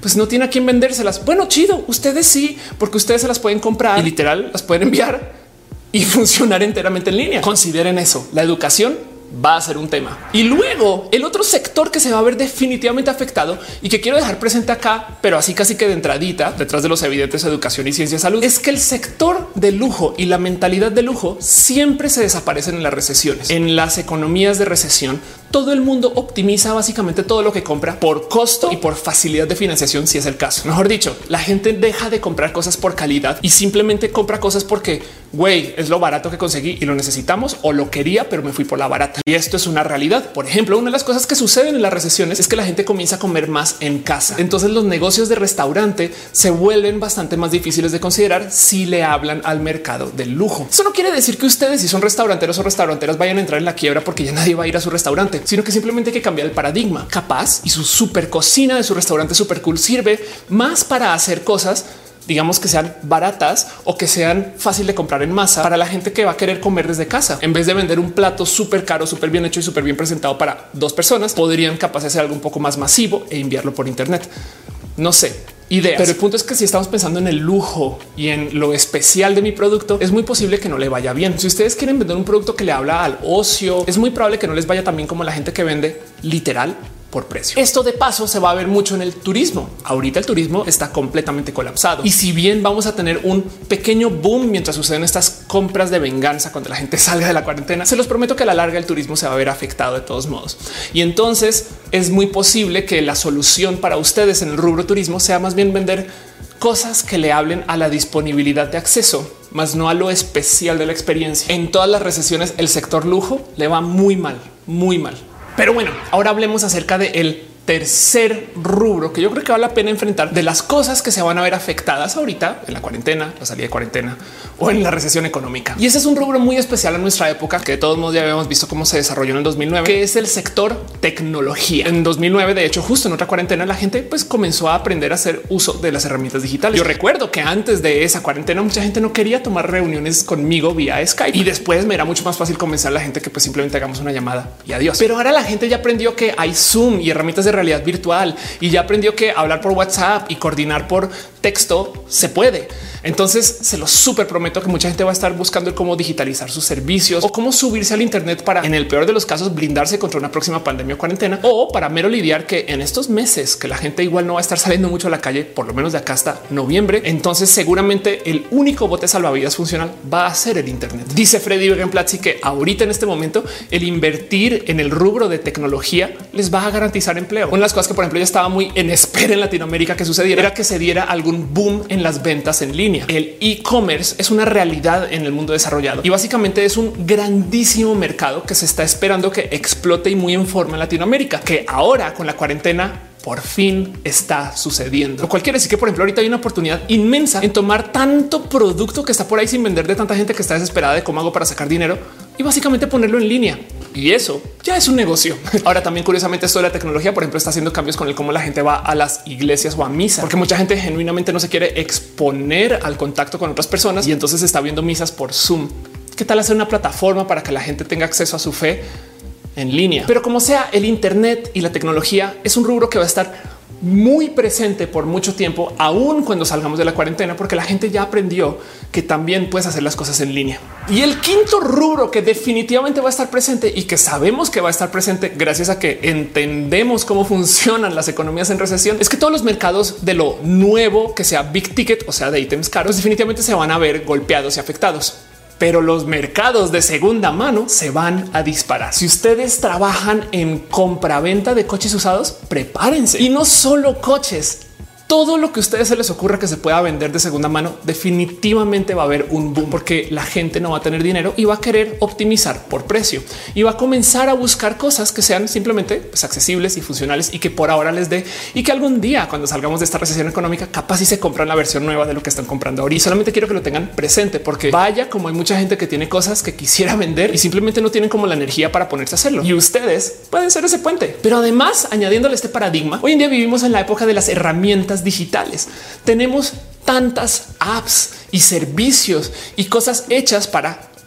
pues no tiene a quién vendérselas. Bueno, chido, ustedes sí, porque ustedes se las pueden comprar y literal las pueden enviar y funcionar enteramente en línea. Consideren eso. La educación va a ser un tema. Y luego el otro sector que se va a ver definitivamente afectado y que quiero dejar presente acá, pero así casi que de entradita, detrás de los evidentes educación y ciencia y salud, es que el sector de lujo y la mentalidad de lujo siempre se desaparecen en las recesiones. En las economías de recesión, todo el mundo optimiza básicamente todo lo que compra por costo y por facilidad de financiación, si es el caso. Mejor dicho, la gente deja de comprar cosas por calidad y simplemente compra cosas porque, güey, es lo barato que conseguí y lo necesitamos o lo quería, pero me fui por la barata. Y esto es una realidad. Por ejemplo, una de las cosas que suceden en las recesiones es que la gente comienza a comer más en casa. Entonces los negocios de restaurante se vuelven bastante más difíciles de considerar si le hablan al mercado del lujo. Eso no quiere decir que ustedes, si son restauranteros o restauranteras, vayan a entrar en la quiebra porque ya nadie va a ir a su restaurante, sino que simplemente hay que cambiar el paradigma. Capaz y su super cocina de su restaurante super cool sirve más para hacer cosas, digamos, que sean baratas o que sean fácil de comprar en masa para la gente que va a querer comer desde casa. En vez de vender un plato súper caro, súper bien hecho y súper bien presentado para dos personas, podrían capaz de hacer algo un poco más masivo e enviarlo por internet. No sé, ideas. Pero el punto es que si estamos pensando en el lujo y en lo especial de mi producto, es muy posible que no le vaya bien. Si ustedes quieren vender un producto que le habla al ocio, es muy probable que no les vaya tan bien como la gente que vende literal por precio. Esto de paso se va a ver mucho en el turismo. Ahorita el turismo está completamente colapsado y si bien vamos a tener un pequeño boom mientras suceden estas compras de venganza cuando la gente salga de la cuarentena, se los prometo que a la larga el turismo se va a ver afectado de todos modos. Y entonces es muy posible que la solución para ustedes en el rubro turismo sea más bien vender cosas que le hablen a la disponibilidad de acceso, más no a lo especial de la experiencia. En todas las recesiones el sector lujo le va muy mal, muy mal. Pero bueno, ahora hablemos acerca de el tercer rubro que yo creo que vale la pena enfrentar, de las cosas que se van a ver afectadas ahorita en la cuarentena, la salida de cuarentena o en la recesión económica. Y ese es un rubro muy especial en nuestra época, que de todos modos ya habíamos visto cómo se desarrolló en el dos mil nueve, que es el sector tecnología. En dos mil nueve, de hecho, justo en otra cuarentena, la gente pues comenzó a aprender a hacer uso de las herramientas digitales. Yo recuerdo que antes de esa cuarentena mucha gente no quería tomar reuniones conmigo vía Skype y después me era mucho más fácil convencer a la gente que pues simplemente hagamos una llamada y adiós. Pero ahora la gente ya aprendió que hay Zoom y herramientas de realidad virtual y ya aprendió que hablar por WhatsApp y coordinar por texto se puede. Entonces se lo súper prometo que mucha gente va a estar buscando el cómo digitalizar sus servicios o cómo subirse al Internet para, en el peor de los casos, blindarse contra una próxima pandemia o cuarentena, o para mero lidiar que en estos meses que la gente igual no va a estar saliendo mucho a la calle, por lo menos de acá hasta noviembre. Entonces seguramente el único bote salvavidas funcional va a ser el Internet. Dice Freddy Wegenplatzi que ahorita en este momento el invertir en el rubro de tecnología les va a garantizar empleo. Una de las cosas que por ejemplo ya estaba muy en espera en Latinoamérica que sucediera era que se diera algún boom en las ventas en línea. El e-commerce es una realidad en el mundo desarrollado y básicamente es un grandísimo mercado que se está esperando que explote y muy en forma en Latinoamérica, que ahora con la cuarentena por fin está sucediendo. Lo cual quiere decir que, por ejemplo, ahorita hay una oportunidad inmensa en tomar tanto producto que está por ahí sin vender de tanta gente que está desesperada de cómo hago para sacar dinero y básicamente ponerlo en línea. Y eso ya es un negocio. Ahora también, curiosamente, esto de la tecnología, por ejemplo, está haciendo cambios con el cómo la gente va a las iglesias o a misa, porque mucha gente genuinamente no se quiere exponer al contacto con otras personas y entonces está viendo misas por Zoom. ¿Qué tal hacer una plataforma para que la gente tenga acceso a su fe en línea? Pero como sea, el Internet y la tecnología es un rubro que va a estar muy presente por mucho tiempo, aún cuando salgamos de la cuarentena, porque la gente ya aprendió que también puedes hacer las cosas en línea. Y el quinto rubro que definitivamente va a estar presente y que sabemos que va a estar presente gracias a que entendemos cómo funcionan las economías en recesión es que todos los mercados de lo nuevo que sea big ticket, o sea, de ítems caros, definitivamente se van a ver golpeados y afectados. Pero los mercados de segunda mano se van a disparar. Si ustedes trabajan en compraventa de coches usados, prepárense. Y no solo coches, todo lo que a ustedes se les ocurra que se pueda vender de segunda mano, definitivamente va a haber un boom porque la gente no va a tener dinero y va a querer optimizar por precio y va a comenzar a buscar cosas que sean simplemente pues, accesibles y funcionales y que por ahora les dé y que algún día cuando salgamos de esta recesión económica capaz si se compran la versión nueva de lo que están comprando ahora. Y solamente quiero que lo tengan presente porque vaya como hay mucha gente que tiene cosas que quisiera vender y simplemente no tienen como la energía para ponerse a hacerlo y ustedes pueden ser ese puente. Pero además, añadiéndole este paradigma, hoy en día vivimos en la época de las herramientas digitales. Tenemos tantas apps y servicios y cosas hechas para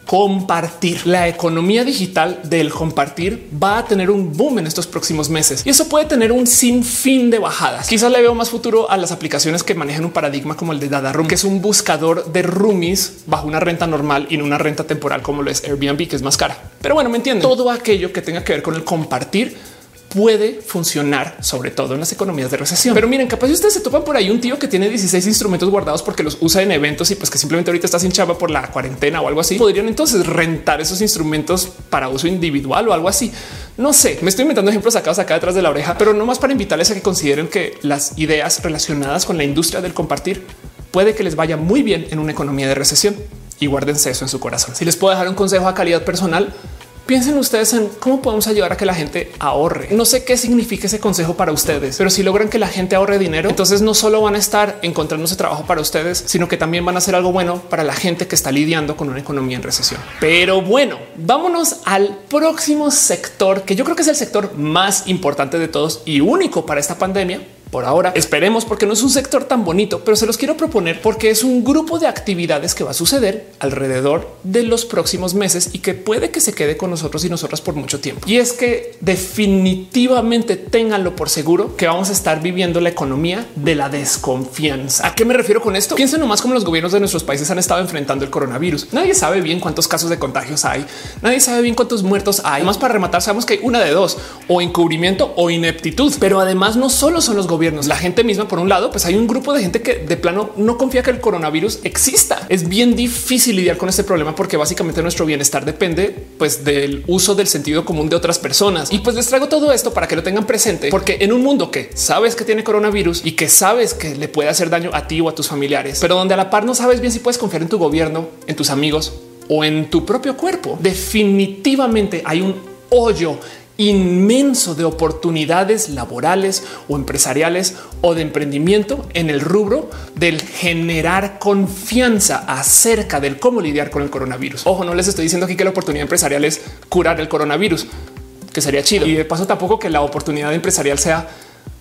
compartir. La economía digital del compartir va a tener un boom en estos próximos meses y eso puede tener un sinfín de bajadas. Quizás le veo más futuro a las aplicaciones que manejan un paradigma como el de DadaRoom, que es un buscador de roomies bajo una renta normal y no una renta temporal como lo es Airbnb, que es más cara. Pero bueno, me entienden. Todo aquello que tenga que ver con el compartir puede funcionar, sobre todo en las economías de recesión. Pero miren, capaz si ustedes se topan por ahí un tío que tiene dieciséis instrumentos guardados porque los usa en eventos y pues que simplemente ahorita está sin chamba por la cuarentena o algo así, podrían entonces rentar esos instrumentos para uso individual o algo así. No sé, me estoy inventando ejemplos sacados acá detrás de la oreja, pero no más para invitarles a que consideren que las ideas relacionadas con la industria del compartir puede que les vaya muy bien en una economía de recesión y guárdense eso en su corazón. Si les puedo dejar un consejo a calidad personal, piensen ustedes en cómo podemos ayudar a que la gente ahorre. No sé qué significa ese consejo para ustedes, pero si logran que la gente ahorre dinero, entonces no solo van a estar encontrándose trabajo para ustedes, sino que también van a hacer algo bueno para la gente que está lidiando con una economía en recesión. Pero bueno, vámonos al próximo sector, que yo creo que es el sector más importante de todos y único para esta pandemia. Por ahora esperemos, porque no es un sector tan bonito, pero se los quiero proponer porque es un grupo de actividades que va a suceder alrededor de los próximos meses y que puede que se quede con nosotros y nosotras por mucho tiempo. Y es que definitivamente ténganlo por seguro que vamos a estar viviendo la economía de la desconfianza. ¿A qué me refiero con esto? Piensen nomás cómo los gobiernos de nuestros países han estado enfrentando el coronavirus. Nadie sabe bien cuántos casos de contagios hay. Nadie sabe bien cuántos muertos hay. Más para rematar, sabemos que hay una de dos, o encubrimiento o ineptitud. Pero además no solo son los gobiernos, la gente misma. Por un lado, pues hay un grupo de gente que de plano no confía que el coronavirus exista. Es bien difícil lidiar con este problema porque básicamente nuestro bienestar depende pues del uso del sentido común de otras personas. Y pues les traigo todo esto para que lo tengan presente, porque en un mundo que sabes que tiene coronavirus y que sabes que le puede hacer daño a ti o a tus familiares, pero donde a la par no sabes bien si puedes confiar en tu gobierno, en tus amigos o en tu propio cuerpo, definitivamente hay un hoyo inmenso de oportunidades laborales o empresariales o de emprendimiento en el rubro del generar confianza acerca del cómo lidiar con el coronavirus. Ojo, no les estoy diciendo aquí que la oportunidad empresarial es curar el coronavirus, que sería chido. Y de paso tampoco que la oportunidad empresarial sea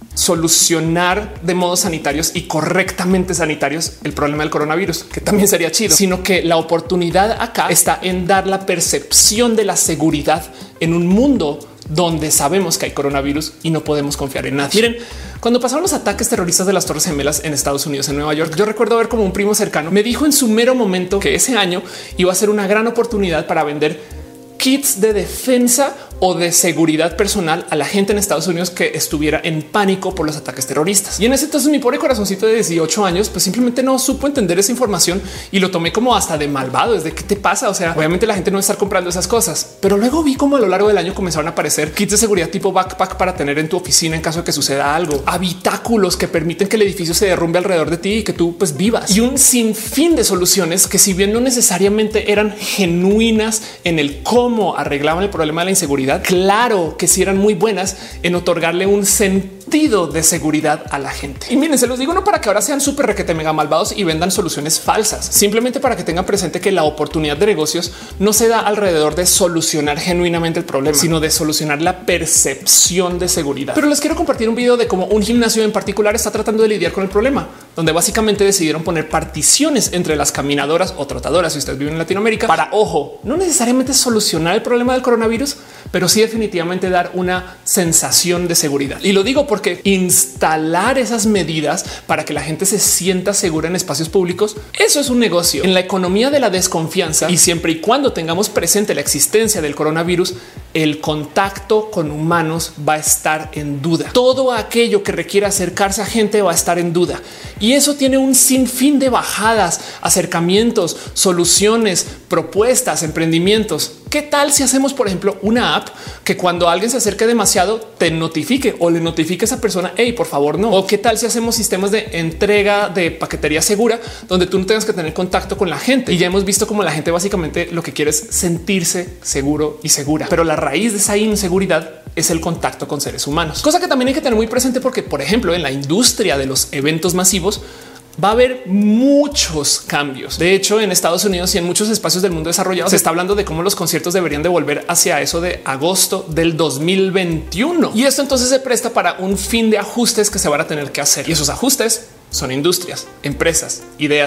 solucionar de modos sanitarios y correctamente sanitarios el problema del coronavirus, que también sería chido, sino que la oportunidad acá está en dar la percepción de la seguridad en un mundo donde sabemos que hay coronavirus y no podemos confiar en nadie. Miren, cuando pasaron los ataques terroristas de las Torres Gemelas en Estados Unidos, en Nueva York, yo recuerdo ver como un primo cercano me dijo en su mero momento que ese año iba a ser una gran oportunidad para vender kits de defensa o de seguridad personal a la gente en Estados Unidos que estuviera en pánico por los ataques terroristas. Y en ese entonces mi pobre corazoncito de dieciocho años pues simplemente no supo entender esa información y lo tomé como hasta de malvado. Es de qué te pasa? O sea, obviamente la gente no va a estar comprando esas cosas, pero luego vi como a lo largo del año comenzaron a aparecer kits de seguridad tipo backpack para tener en tu oficina en caso de que suceda algo, habitáculos que permiten que el edificio se derrumbe alrededor de ti y que tú pues vivas, y un sinfín de soluciones que, si bien no necesariamente eran genuinas en el cómo arreglaban el problema de la inseguridad, claro que sí eran muy buenas en otorgarle un sentido de seguridad a la gente. Y miren, se los digo no para que ahora sean súper requete mega malvados y vendan soluciones falsas, simplemente para que tengan presente que la oportunidad de negocios no se da alrededor de solucionar genuinamente el problema, sino de solucionar la percepción de seguridad. Pero les quiero compartir un video de cómo un gimnasio en particular está tratando de lidiar con el problema, donde básicamente decidieron poner particiones entre las caminadoras o trotadoras, si ustedes viven en Latinoamérica, para, ojo, no necesariamente solucionar el problema del coronavirus, pero sí definitivamente dar una sensación de seguridad. Y lo digo porque instalar esas medidas para que la gente se sienta segura en espacios públicos, eso es un negocio. En la economía de la desconfianza, y siempre y cuando tengamos presente la existencia del coronavirus, el contacto con humanos va a estar en duda. Todo aquello que requiera acercarse a gente va a estar en duda. Y eso tiene un sinfín de bajadas, acercamientos, soluciones, propuestas, emprendimientos. ¿Qué tal si hacemos, por ejemplo, una app que cuando alguien se acerque demasiado te notifique o le notifique a esa persona, hey, por favor, no? O qué tal si hacemos sistemas de entrega de paquetería segura donde tú no tengas que tener contacto con la gente? Y ya hemos visto cómo la gente básicamente lo que quiere es sentirse seguro y segura, pero la raíz de esa inseguridad es el contacto con seres humanos, cosa que también hay que tener muy presente porque, por ejemplo, en la industria de los eventos masivos va a haber muchos cambios. De hecho, en Estados Unidos y en muchos espacios del mundo desarrollado se está hablando de cómo los conciertos deberían de volver hacia eso de agosto del dos mil veintiuno. Y esto entonces se presta para un fin de ajustes que se van a tener que hacer. Y esos ajustes son industrias, empresas, ideas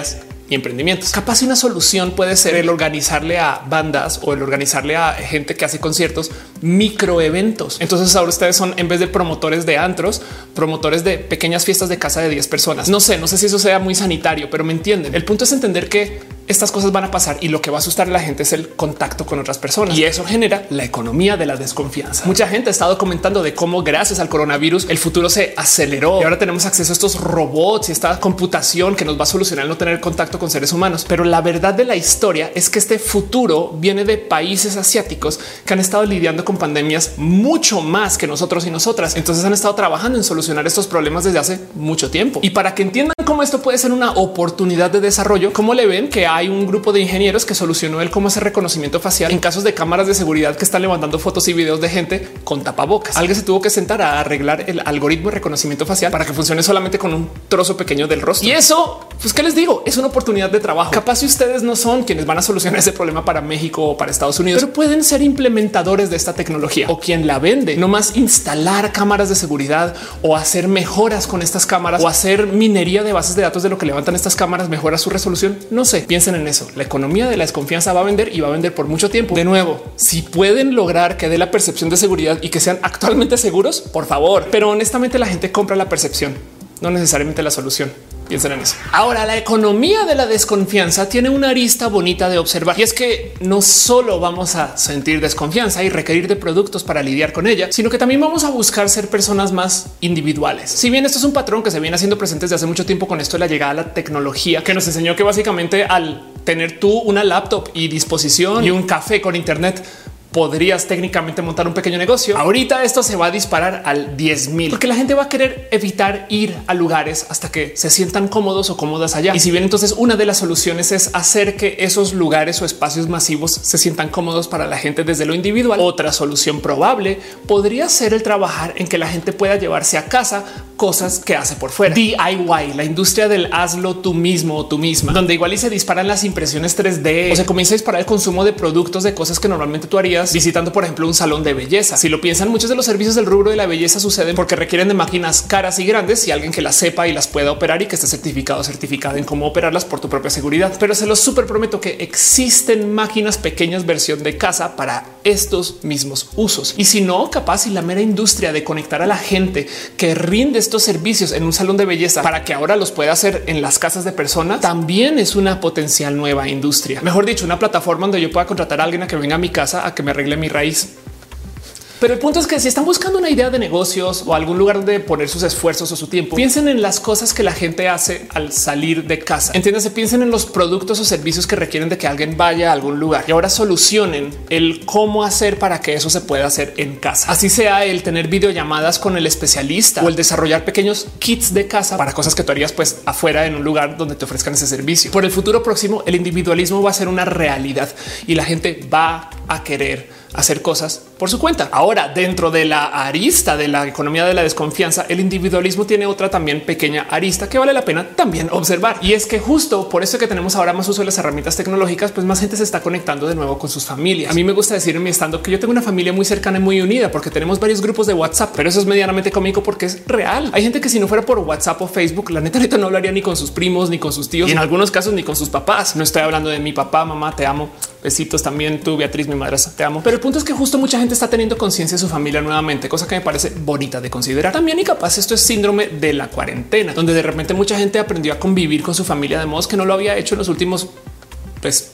y emprendimientos. Capaz una solución puede ser el organizarle a bandas o el organizarle a gente que hace conciertos microeventos. Entonces ahora ustedes son, en vez de promotores de antros, promotores de pequeñas fiestas de casa de diez personas. No sé, no sé si eso sea muy sanitario, pero me entienden. El punto es entender que estas cosas van a pasar y lo que va a asustar a la gente es el contacto con otras personas y eso genera la economía de la desconfianza. Mucha gente ha estado comentando de cómo gracias al coronavirus el futuro se aceleró y ahora tenemos acceso a estos robots y esta computación que nos va a solucionar el no tener contacto con seres humanos. Pero la verdad de la historia es que este futuro viene de países asiáticos que han estado lidiando con pandemias mucho más que nosotros y nosotras. Entonces han estado trabajando en solucionar estos problemas desde hace mucho tiempo. Y para que entiendan cómo esto puede ser una oportunidad de desarrollo, ¿cómo le ven que hay un grupo de ingenieros que solucionó el cómo hacer reconocimiento facial en casos de cámaras de seguridad que están levantando fotos y videos de gente con tapabocas? Alguien se tuvo que sentar a arreglar el algoritmo de reconocimiento facial para que funcione solamente con un trozo pequeño del rostro. Y eso, pues, ¿qué les digo? Es una oportunidad de trabajo. Capaz si ustedes no son quienes van a solucionar ese problema para México o para Estados Unidos, pero pueden ser implementadores de esta tecnología o quien la vende, no más instalar cámaras de seguridad o hacer mejoras con estas cámaras o hacer minería de bases de datos de lo que levantan estas cámaras, mejora su resolución. No sé, piensen en eso. La economía de la desconfianza va a vender y va a vender por mucho tiempo. De nuevo, si pueden lograr que dé la percepción de seguridad y que sean actualmente seguros, por favor. Pero honestamente la gente compra la percepción, no necesariamente la solución. Piensen en eso. Ahora, la economía de la desconfianza tiene una arista bonita de observar y es que no solo vamos a sentir desconfianza y requerir de productos para lidiar con ella, sino que también vamos a buscar ser personas más individuales. Si bien esto es un patrón que se viene haciendo presente desde hace mucho tiempo con esto de la llegada a la tecnología, que nos enseñó que básicamente al tener tú una laptop y disposición y un café con internet, podrías técnicamente montar un pequeño negocio. Ahorita esto se va a disparar al diez mil porque la gente va a querer evitar ir a lugares hasta que se sientan cómodos o cómodas allá. Y si bien entonces una de las soluciones es hacer que esos lugares o espacios masivos se sientan cómodos para la gente desde lo individual, otra solución probable podría ser el trabajar en que la gente pueda llevarse a casa cosas que hace por fuera. D I Y, la industria del hazlo tú mismo o tú misma, donde igual y se disparan las impresiones tres D o se comienza a disparar el consumo de productos de cosas que normalmente tú harías visitando, por ejemplo, un salón de belleza. Si lo piensan, muchos de los servicios del rubro de la belleza suceden porque requieren de máquinas caras y grandes y alguien que las sepa y las pueda operar y que esté certificado o certificado en cómo operarlas por tu propia seguridad. Pero se los súper prometo que existen máquinas pequeñas versión de casa para estos mismos usos. Y si no, capaz y la mera industria de conectar a la gente que rinde estos servicios en un salón de belleza para que ahora los pueda hacer en las casas de personas, también es una potencial nueva industria. Mejor dicho, una plataforma donde yo pueda contratar a alguien a que venga a mi casa a que me arregle mi raíz. Pero el punto es que si están buscando una idea de negocios o algún lugar donde poner sus esfuerzos o su tiempo, piensen en las cosas que la gente hace al salir de casa. Entiéndase, piensen en los productos o servicios que requieren de que alguien vaya a algún lugar y ahora solucionen el cómo hacer para que eso se pueda hacer en casa. Así sea el tener videollamadas con el especialista o el desarrollar pequeños kits de casa para cosas que tú harías pues afuera en un lugar donde te ofrezcan ese servicio. Por el futuro próximo, el individualismo va a ser una realidad y la gente va a querer hacer cosas por su cuenta. Ahora, dentro de la arista de la economía de la desconfianza, el individualismo tiene otra también pequeña arista que vale la pena también observar. Y es que justo por eso que tenemos ahora más uso de las herramientas tecnológicas, pues más gente se está conectando de nuevo con sus familias. A mí me gusta decir en mi stand-up que yo tengo una familia muy cercana y muy unida porque tenemos varios grupos de WhatsApp, pero eso es medianamente cómico porque es real. Hay gente que si no fuera por WhatsApp o Facebook, la neta, neta no hablaría ni con sus primos, ni con sus tíos, y en algunos casos ni con sus papás. No estoy hablando de mi papá, mamá, te amo. Besitos también tú, Beatriz, mi madrastra, te amo. Pero el punto es que justo mucha gente está teniendo conciencia de su familia nuevamente, cosa que me parece bonita de considerar también. Y capaz esto es síndrome de la cuarentena, donde de repente mucha gente aprendió a convivir con su familia de modos que no lo había hecho en los últimos, pues,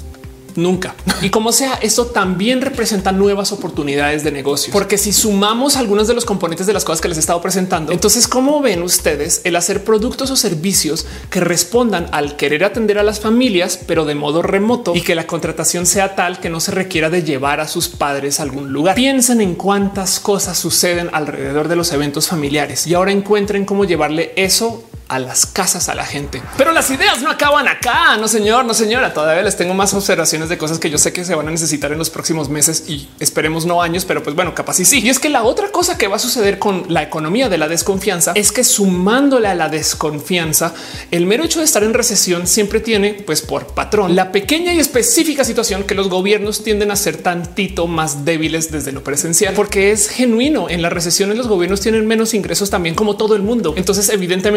nunca. Y como sea, esto también representa nuevas oportunidades de negocio, porque si sumamos algunos de los componentes de las cosas que les he estado presentando, entonces, ¿cómo ven ustedes el hacer productos o servicios que respondan al querer atender a las familias, pero de modo remoto, y que la contratación sea tal que no se requiera de llevar a sus padres a algún lugar? Piensen en cuántas cosas suceden alrededor de los eventos familiares y ahora encuentren cómo llevarle eso a las casas a la gente. Pero las ideas no acaban acá. No, señor, no, señora. Todavía les tengo más observaciones de cosas que yo sé que se van a necesitar en los próximos meses y esperemos no años, pero pues bueno, capaz y sí. Y es que la otra cosa que va a suceder con la economía de la desconfianza es que sumándole a la desconfianza, el mero hecho de estar en recesión siempre tiene pues por patrón la pequeña y específica situación que los gobiernos tienden a ser tantito más débiles desde lo presencial, porque es genuino. En las recesiones los gobiernos tienen menos ingresos también como todo el mundo. Entonces, evidentemente muchas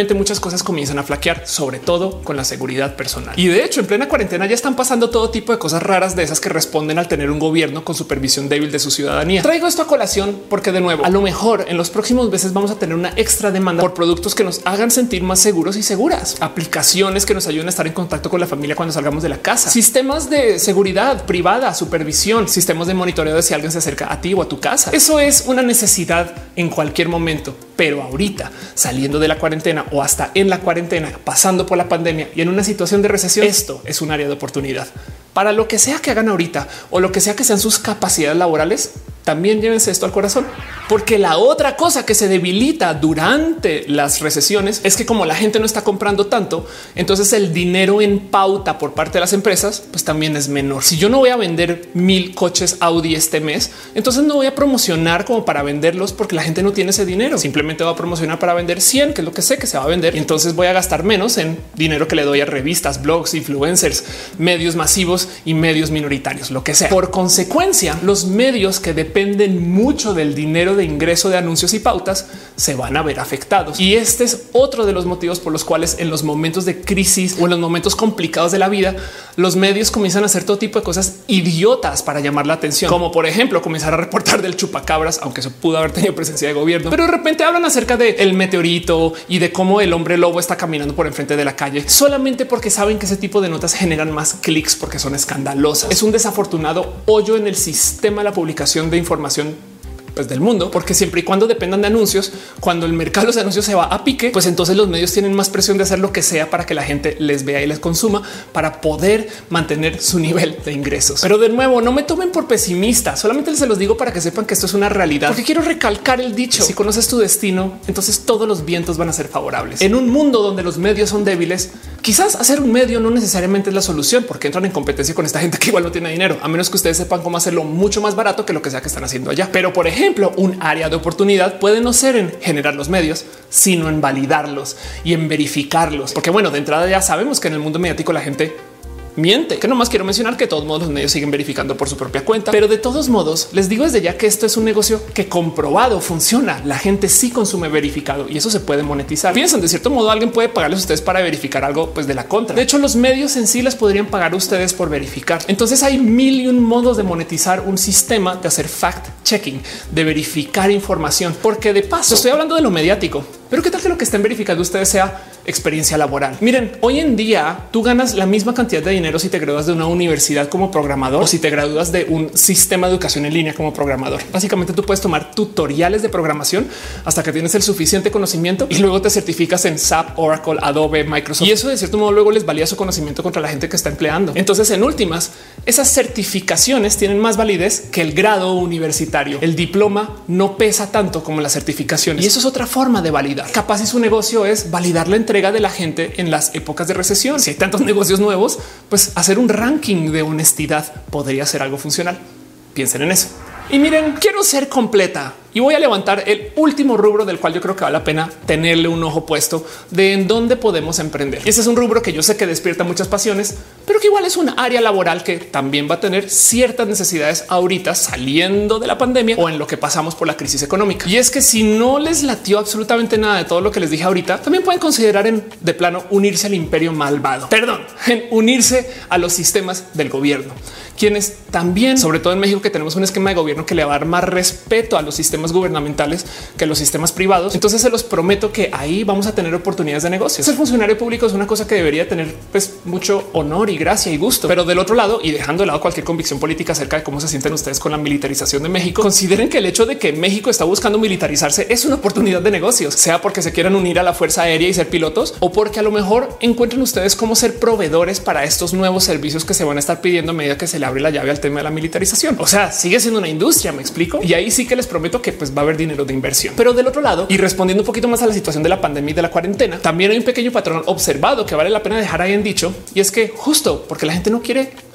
cosas comienzan a flaquear, sobre todo con la seguridad personal. Y de hecho, en plena cuarentena ya están pasando todo tipo de cosas raras de esas que responden al tener un gobierno con supervisión débil de su ciudadanía. Traigo esto a colación porque, de nuevo, a lo mejor en los próximos meses vamos a tener una extra demanda por productos que nos hagan sentir más seguros y seguras, aplicaciones que nos ayuden a estar en contacto con la familia cuando salgamos de la casa, sistemas de seguridad privada, supervisión, sistemas de monitoreo de si alguien se acerca a ti o a tu casa. Eso es una necesidad en cualquier momento, pero ahorita, saliendo de la cuarentena o hasta en la cuarentena, pasando por la pandemia y en una situación de recesión, esto es un área de oportunidad. Para lo que sea que hagan ahorita o lo que sea que sean sus capacidades laborales, también llévense esto al corazón, porque la otra cosa que se debilita durante las recesiones es que como la gente no está comprando tanto, entonces el dinero en pauta por parte de las empresas pues también es menor. Si yo no voy a vender mil coches Audi este mes, entonces no voy a promocionar como para venderlos porque la gente no tiene ese dinero. Simplemente va a promocionar para vender cien, que es lo que sé que se va a vender. Y entonces voy a gastar menos en dinero que le doy a revistas, blogs, influencers, medios masivos y medios minoritarios, lo que sea. Por consecuencia, los medios que dependen mucho del dinero de ingreso de anuncios y pautas se van a ver afectados. Y este es otro de los motivos por los cuales en los momentos de crisis o en los momentos complicados de la vida, los medios comienzan a hacer todo tipo de cosas idiotas para llamar la atención, como por ejemplo comenzar a reportar del chupacabras, aunque eso pudo haber tenido presencia de gobierno, pero de repente hablan acerca de el meteorito y de cómo el hombre lobo está caminando por enfrente de la calle solamente porque saben que ese tipo de notas generan más clics porque son escandalosas. Es un desafortunado hoyo en el sistema de la publicación de información pues del mundo, porque siempre y cuando dependan de anuncios, cuando el mercado de los anuncios se va a pique, pues entonces los medios tienen más presión de hacer lo que sea para que la gente les vea y les consuma para poder mantener su nivel de ingresos. Pero de nuevo, no me tomen por pesimista, solamente se los digo para que sepan que esto es una realidad, porque quiero recalcar el dicho: si conoces tu destino, entonces todos los vientos van a ser favorables. En un mundo donde los medios son débiles, quizás hacer un medio no necesariamente es la solución, porque entran en competencia con esta gente que igual no tiene dinero, a menos que ustedes sepan cómo hacerlo mucho más barato que lo que sea que están haciendo allá. Pero por ejemplo, Ejemplo, un área de oportunidad puede no ser en generar los medios, sino en validarlos y en verificarlos. Porque bueno, de entrada ya sabemos que en el mundo mediático la gente miente, que nomás quiero mencionar que de todos modos los medios siguen verificando por su propia cuenta, pero de todos modos les digo desde ya que esto es un negocio que comprobado funciona. La gente sí consume verificado y eso se puede monetizar. Piensan, de cierto modo alguien puede pagarles a ustedes para verificar algo pues de la contra. De hecho, los medios en sí les podrían pagar a ustedes por verificar. Entonces hay mil y un modos de monetizar un sistema de hacer fact checking, de verificar información, porque de paso estoy hablando de lo mediático, pero qué tal que lo que estén verificando ustedes sea experiencia laboral. Miren, hoy en día tú ganas la misma cantidad de dinero si te gradúas de una universidad como programador o si te gradúas de un sistema de educación en línea como programador. Básicamente tú puedes tomar tutoriales de programación hasta que tienes el suficiente conocimiento y luego te certificas en S A P, Oracle, Adobe, Microsoft. Y eso de cierto modo luego les valía su conocimiento contra la gente que está empleando. Entonces, en últimas, esas certificaciones tienen más validez que el grado universitario. El diploma no pesa tanto como las certificaciones y eso es otra forma de validar. Capaz si su negocio es validar la entrega de la gente en las épocas de recesión. Si hay tantos negocios nuevos, pues hacer un ranking de honestidad podría ser algo funcional. Piensen en eso. Y miren, quiero ser completa y voy a levantar el último rubro del cual yo creo que vale la pena tenerle un ojo puesto de en dónde podemos emprender. Y ese es un rubro que yo sé que despierta muchas pasiones, pero que igual es un área laboral que también va a tener ciertas necesidades ahorita saliendo de la pandemia o en lo que pasamos por la crisis económica. Y es que si no les latió absolutamente nada de todo lo que les dije ahorita, también pueden considerar en de plano unirse al imperio malvado, perdón, en unirse a los sistemas del gobierno, quienes también, sobre todo en México, que tenemos un esquema de gobierno que le va a dar más respeto a los sistemas gubernamentales que los sistemas privados. Entonces se los prometo que ahí vamos a tener oportunidades de negocios. Ser funcionario público es una cosa que debería tener pues mucho honor y gracia y gusto. Pero del otro lado, y dejando de lado cualquier convicción política acerca de cómo se sienten ustedes con la militarización de México, consideren que el hecho de que México está buscando militarizarse es una oportunidad de negocios, sea porque se quieran unir a la Fuerza Aérea y ser pilotos o porque a lo mejor encuentren ustedes cómo ser proveedores para estos nuevos servicios que se van a estar pidiendo a medida que se le abre la llave al tema de la militarización. O sea, sigue siendo una industria, me explico. Y ahí sí que les prometo que pues va a haber dinero de inversión. Pero del otro lado, y respondiendo un poquito más a la situación de la pandemia y de la cuarentena, también hay un pequeño patrón observado que vale la pena dejar ahí en dicho, y es que justo porque la gente no quiere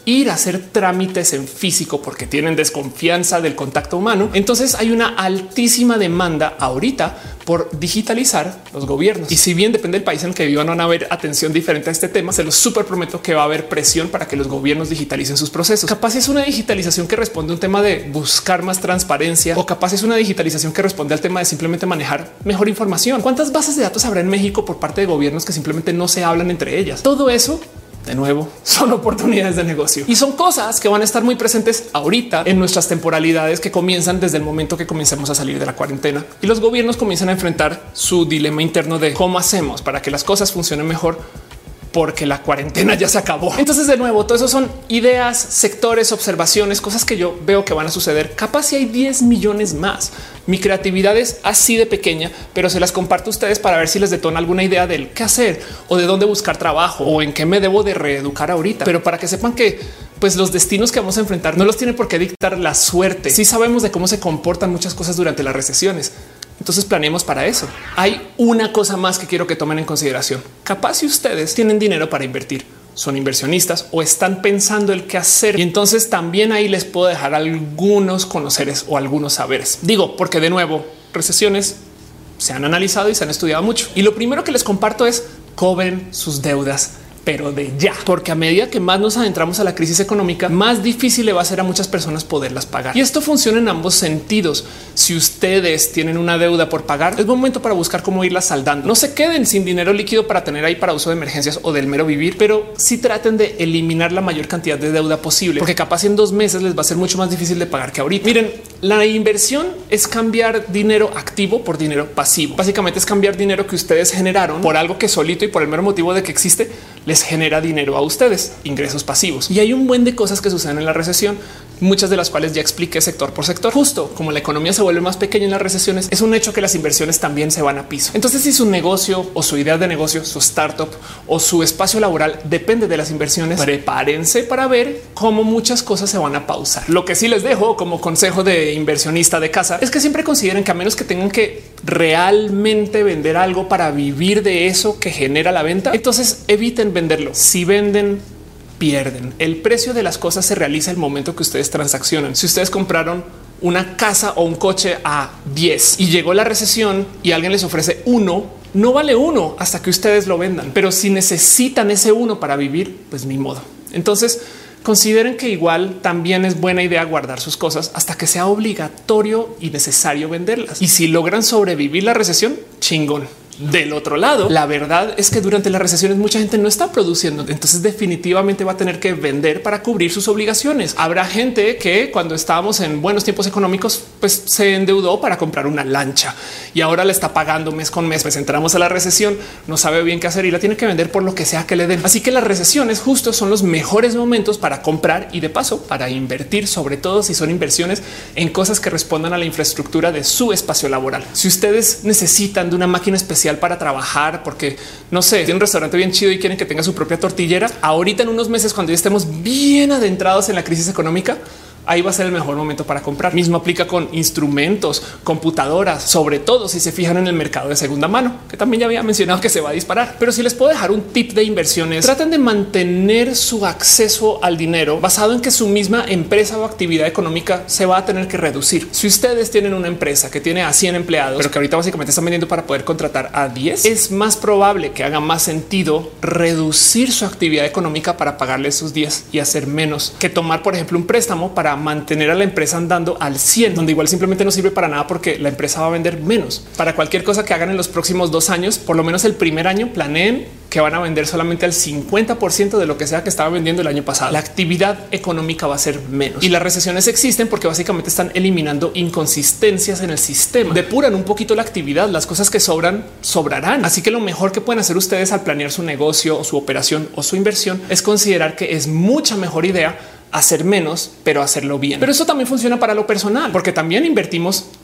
ir a hacer trámites en físico porque tienen desconfianza del contacto humano. Entonces hay una altísima demanda ahorita por digitalizar los gobiernos. Y si bien depende del país en el que vivan, van a haber atención diferente a este tema. Se los súper prometo que va a haber presión para que los gobiernos digitalicen sus procesos. Capaz es una digitalización que responde a un tema de buscar más transparencia, o capaz es una digitalización que responde al tema de simplemente manejar mejor información. ¿Cuántas bases de datos habrá en México por parte de gobiernos que simplemente no se hablan entre ellas? Todo eso, de nuevo, son oportunidades de negocio y son cosas que van a estar muy presentes ahorita en nuestras temporalidades que comienzan desde el momento que comencemos a salir de la cuarentena y los gobiernos comienzan a enfrentar su dilema interno de cómo hacemos para que las cosas funcionen mejor, porque la cuarentena ya se acabó. Entonces, de nuevo, todo eso son ideas, sectores, observaciones, cosas que yo veo que van a suceder. Capaz si hay diez millones más. Mi creatividad es así de pequeña, pero se las comparto a ustedes para ver si les detona alguna idea del qué hacer o de dónde buscar trabajo o en qué me debo de reeducar ahorita. Pero para que sepan que pues los destinos que vamos a enfrentar no los tiene por qué dictar la suerte. Sí sabemos de cómo se comportan muchas cosas durante las recesiones. Entonces planeemos para eso. Hay una cosa más que quiero que tomen en consideración. Capaz si ustedes tienen dinero para invertir, son inversionistas o están pensando el qué hacer. Y entonces también ahí les puedo dejar algunos conoceres o algunos saberes. Digo, porque de nuevo, recesiones se han analizado y se han estudiado mucho. Y lo primero que les comparto es cobren sus deudas, pero de ya, porque a medida que más nos adentramos a la crisis económica, más difícil le va a ser a muchas personas poderlas pagar. Y esto funciona en ambos sentidos. Si ustedes tienen una deuda por pagar, es momento para buscar cómo irla saldando. No se queden sin dinero líquido para tener ahí para uso de emergencias o del mero vivir, pero sí traten de eliminar la mayor cantidad de deuda posible, porque capaz en dos meses les va a ser mucho más difícil de pagar que ahorita. Miren, la inversión es cambiar dinero activo por dinero pasivo. Básicamente es cambiar dinero que ustedes generaron por algo que solito y por el mero motivo de que existe les genera dinero a ustedes, ingresos pasivos. Y hay un buen de cosas que suceden en la recesión, muchas de las cuales ya expliqué sector por sector. Justo como la economía se vuelve más pequeña en las recesiones, es un hecho que las inversiones también se van a piso. Entonces, si su negocio o su idea de negocio, su startup o su espacio laboral depende de las inversiones, prepárense para ver cómo muchas cosas se van a pausar. Lo que sí les dejo como consejo de inversionista de casa es que siempre consideren que a menos que tengan que realmente vender algo para vivir de eso que genera la venta, entonces eviten venderlo. Si venden, pierden. El precio de las cosas se realiza el momento que ustedes transaccionan. Si ustedes compraron una casa o un coche a diez y llegó la recesión y alguien les ofrece uno, no vale uno hasta que ustedes lo vendan. Pero si necesitan ese uno para vivir, pues ni modo. Entonces consideren que igual también es buena idea guardar sus cosas hasta que sea obligatorio y necesario venderlas. Y si logran sobrevivir la recesión, chingón. Del otro lado, la verdad es que durante las recesiones mucha gente no está produciendo, entonces definitivamente va a tener que vender para cubrir sus obligaciones. Habrá gente que cuando estábamos en buenos tiempos económicos, pues se endeudó para comprar una lancha y ahora le está pagando mes con mes. Pues entramos a la recesión, no sabe bien qué hacer y la tiene que vender por lo que sea que le den. Así que las recesiones justo son los mejores momentos para comprar y de paso para invertir, sobre todo si son inversiones en cosas que respondan a la infraestructura de su espacio laboral. Si ustedes necesitan de una máquina especial para trabajar, porque no sé, tiene un restaurante bien chido y quieren que tenga su propia tortillera, ahorita en unos meses, cuando ya estemos bien adentrados en la crisis económica, ahí va a ser el mejor momento para comprar. Mismo aplica con instrumentos, computadoras, sobre todo si se fijan en el mercado de segunda mano, que también ya había mencionado que se va a disparar. Pero si les puedo dejar un tip de inversiones, traten de mantener su acceso al dinero basado en que su misma empresa o actividad económica se va a tener que reducir. Si ustedes tienen una empresa que tiene a cien empleados, pero que ahorita básicamente están vendiendo para poder contratar a diez, es más probable que haga más sentido reducir su actividad económica para pagarle sus diez y hacer menos que tomar, por ejemplo, un préstamo para mantener a la empresa andando al cien, donde igual simplemente no sirve para nada porque la empresa va a vender menos. Para cualquier cosa que hagan en los próximos dos años, por lo menos el primer año, planeen que van a vender solamente al cincuenta por ciento de lo que sea que estaba vendiendo el año pasado. La actividad económica va a ser menos y las recesiones existen porque básicamente están eliminando inconsistencias en el sistema. Depuran un poquito la actividad, las cosas que sobran sobrarán. Así que lo mejor que pueden hacer ustedes al planear su negocio o su operación o su inversión es considerar que es mucha mejor idea hacer menos, pero hacerlo bien. Pero eso también funciona para lo personal, porque también invertimos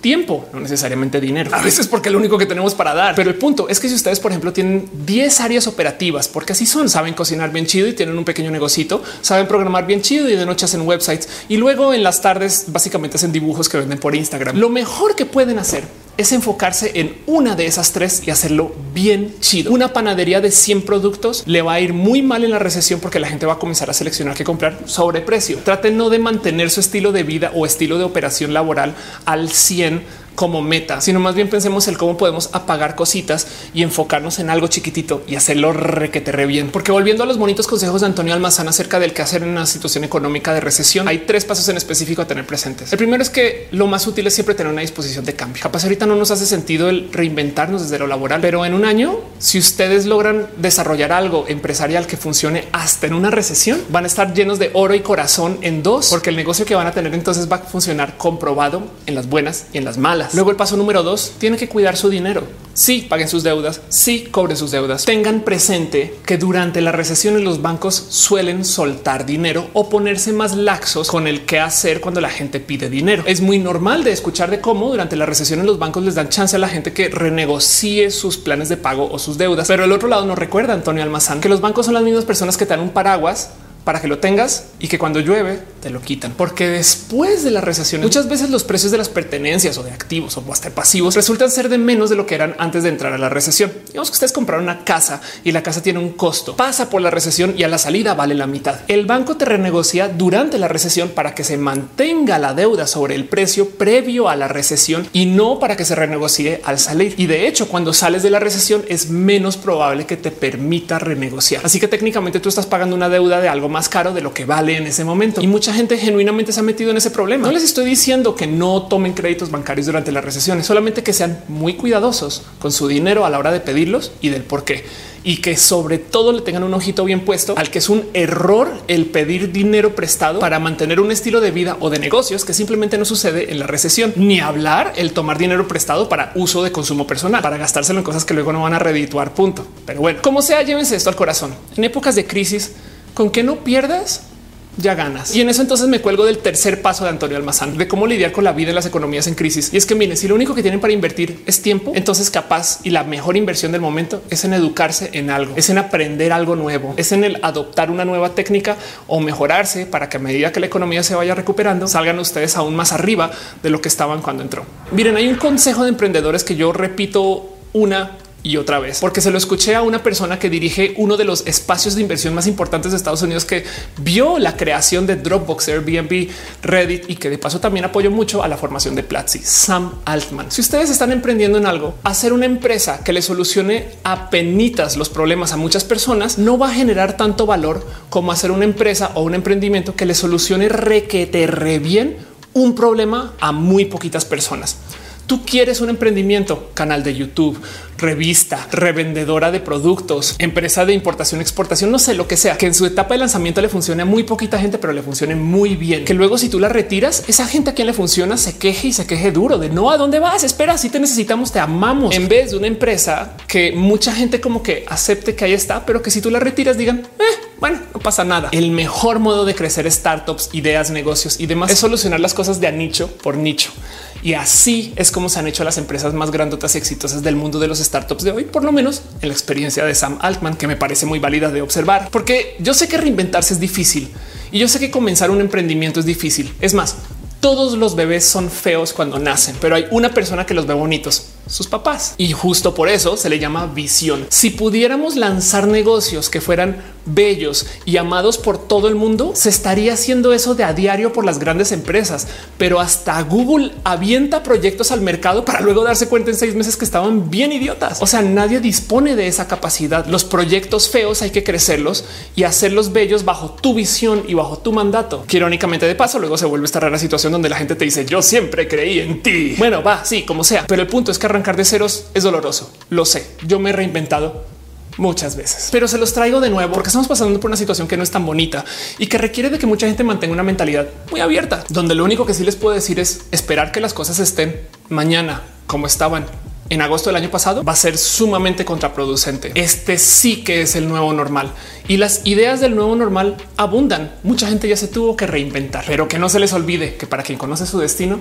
tiempo, no necesariamente dinero. A veces porque es lo único que tenemos para dar. Pero el punto es que si ustedes, por ejemplo, tienen diez áreas operativas, porque así son, saben cocinar bien chido y tienen un pequeño negocito, saben programar bien chido y de noche hacen websites y luego en las tardes básicamente hacen dibujos que venden por Instagram. Lo mejor que pueden hacer es enfocarse en una de esas tres y hacerlo bien chido. Una panadería de cien productos le va a ir muy mal en la recesión porque la gente va a comenzar a seleccionar qué comprar sobre precio. Traten no de mantener su estilo de vida o estilo de operación laboral al cien como meta, sino más bien pensemos en cómo podemos apagar cositas y enfocarnos en algo chiquitito y hacerlo requete re bien. Porque volviendo a los bonitos consejos de Antonio Almazán acerca del qué hacer en una situación económica de recesión, hay tres pasos en específico a tener presentes. El primero es que lo más útil es siempre tener una disposición de cambio. Capaz ahorita no nos hace sentido el reinventarnos desde lo laboral, pero en un año, si ustedes logran desarrollar algo empresarial que funcione hasta en una recesión, van a estar llenos de oro y corazón en dos, porque el negocio que van a tener entonces va a funcionar comprobado en las buenas y en las malas. Luego el paso número dos, tienen que cuidar su dinero. Sí, paguen sus deudas, sí, cobren sus deudas. Tengan presente que durante la recesión los bancos suelen soltar dinero o ponerse más laxos con el qué hacer cuando la gente pide dinero. Es muy normal de escuchar de cómo durante la recesión los bancos les dan chance a la gente que renegocie sus planes de pago o sus deudas. Pero el otro lado nos recuerda Antonio Almazán que los bancos son las mismas personas que te dan un paraguas para que lo tengas y que cuando llueve te lo quitan, porque después de la recesión muchas veces los precios de las pertenencias o de activos o hasta pasivos resultan ser de menos de lo que eran antes de entrar a la recesión. Digamos que ustedes compraron una casa y la casa tiene un costo, pasa por la recesión y a la salida vale la mitad. El banco te renegocia durante la recesión para que se mantenga la deuda sobre el precio previo a la recesión y no para que se renegocie al salir. Y de hecho, cuando sales de la recesión es menos probable que te permita renegociar. Así que técnicamente tú estás pagando una deuda de algo más caro de lo que vale en ese momento. Y mucha gente genuinamente se ha metido en ese problema. No les estoy diciendo que no tomen créditos bancarios durante las recesiones, solamente que sean muy cuidadosos con su dinero a la hora de pedirlos y del por qué. Y que sobre todo le tengan un ojito bien puesto al que es un error el pedir dinero prestado para mantener un estilo de vida o de negocios que simplemente no sucede en la recesión. Ni hablar el tomar dinero prestado para uso de consumo personal, para gastárselo en cosas que luego no van a redituar, punto. Pero bueno, como sea, llévense esto al corazón. En épocas de crisis, con que no pierdas, ya ganas. Y en eso entonces me cuelgo del tercer paso de Antonio Almazán, de cómo lidiar con la vida en las economías en crisis. Y es que miren, si lo único que tienen para invertir es tiempo, entonces capaz y la mejor inversión del momento es en educarse en algo, es en aprender algo nuevo, es en el adoptar una nueva técnica o mejorarse para que a medida que la economía se vaya recuperando, salgan ustedes aún más arriba de lo que estaban cuando entró. Miren, hay un consejo de emprendedores que yo repito una y otra vez, porque se lo escuché a una persona que dirige uno de los espacios de inversión más importantes de Estados Unidos, que vio la creación de Dropbox, Airbnb, Reddit y que de paso también apoyó mucho a la formación de Platzi, Sam Altman. Si ustedes están emprendiendo en algo, hacer una empresa que le solucione apenitas los problemas a muchas personas no va a generar tanto valor como hacer una empresa o un emprendimiento que le solucione requete re bien un problema a muy poquitas personas. Tú quieres un emprendimiento, canal de YouTube, revista, revendedora de productos, empresa de importación, exportación, no sé lo que sea, que en su etapa de lanzamiento le funcione a muy poquita gente, pero le funcione muy bien. Que luego si tú la retiras, esa gente a quien le funciona se queje y se queje duro de no, ¿a dónde vas? Espera, si te necesitamos, te amamos. En vez de una empresa que mucha gente como que acepte que ahí está, pero que si tú la retiras digan, eh, bueno, no pasa nada. El mejor modo de crecer startups, ideas, negocios y demás es solucionar las cosas de a nicho por nicho. Y así es como se han hecho las empresas más grandotas y exitosas del mundo de los startups de hoy, por lo menos en la experiencia de Sam Altman, que me parece muy válida de observar, porque yo sé que reinventarse es difícil y yo sé que comenzar un emprendimiento es difícil. Es más, todos los bebés son feos cuando nacen, pero hay una persona que los ve bonitos, sus papás. Y justo por eso se le llama visión. Si pudiéramos lanzar negocios que fueran bellos y amados por todo el mundo, se estaría haciendo eso de a diario por las grandes empresas, pero hasta Google avienta proyectos al mercado para luego darse cuenta en seis meses que estaban bien idiotas. O sea, nadie dispone de esa capacidad. Los proyectos feos hay que crecerlos y hacerlos bellos bajo tu visión y bajo tu mandato. Que irónicamente de paso luego se vuelve esta rara situación donde la gente te dice yo siempre creí en ti. Bueno, va, sí, como sea, pero el punto es que arrancar de ceros es doloroso. Lo sé, yo me he reinventado muchas veces, pero se los traigo de nuevo porque estamos pasando por una situación que no es tan bonita y que requiere de que mucha gente mantenga una mentalidad muy abierta, donde lo único que sí les puedo decir es esperar que las cosas estén mañana como estaban en agosto del año pasado va a ser sumamente contraproducente. Este sí que es el nuevo normal y las ideas del nuevo normal abundan. Mucha gente ya se tuvo que reinventar, pero que no se les olvide que para quien conoce su destino,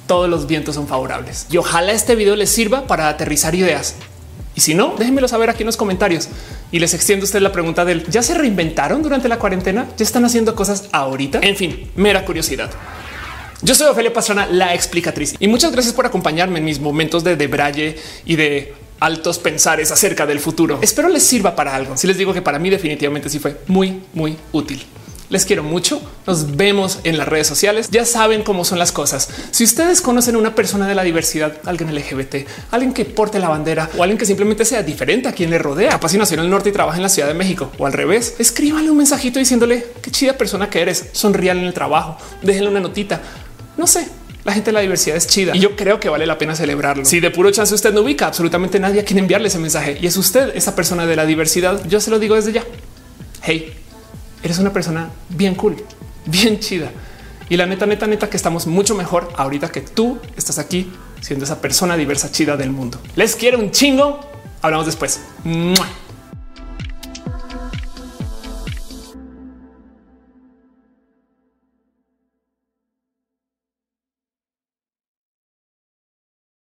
todos los vientos son favorables y ojalá este video les sirva para aterrizar ideas. Y si no, déjenmelo saber aquí en los comentarios y les extiendo a ustedes la pregunta del ¿ya se reinventaron durante la cuarentena? ¿Ya están haciendo cosas ahorita? En fin, mera curiosidad. Yo soy Ofelia Pastrana, la explicatriz, y muchas gracias por acompañarme en mis momentos de debraye y de altos pensares acerca del futuro. Espero les sirva para algo. Si les digo que para mí definitivamente sí fue muy, muy útil. Les quiero mucho. Nos vemos en las redes sociales. Ya saben cómo son las cosas. Si ustedes conocen a una persona de la diversidad, alguien L G B T, alguien que porte la bandera o alguien que simplemente sea diferente a quien le rodea, capaz si nació en el norte y trabaja en la Ciudad de México o al revés, escríbanle un mensajito diciéndole qué chida persona que eres. Sonrían en el trabajo, déjenle una notita. No sé. La gente de la diversidad es chida y yo creo que vale la pena celebrarlo. Si de puro chance usted no ubica absolutamente nadie a quien enviarle ese mensaje y es usted esa persona de la diversidad, yo se lo digo desde ya. Hey, eres una persona bien cool, bien chida. Y la neta, neta, neta que estamos mucho mejor ahorita que tú estás aquí siendo esa persona diversa chida del mundo. Les quiero un chingo. Hablamos después. ¡Mua!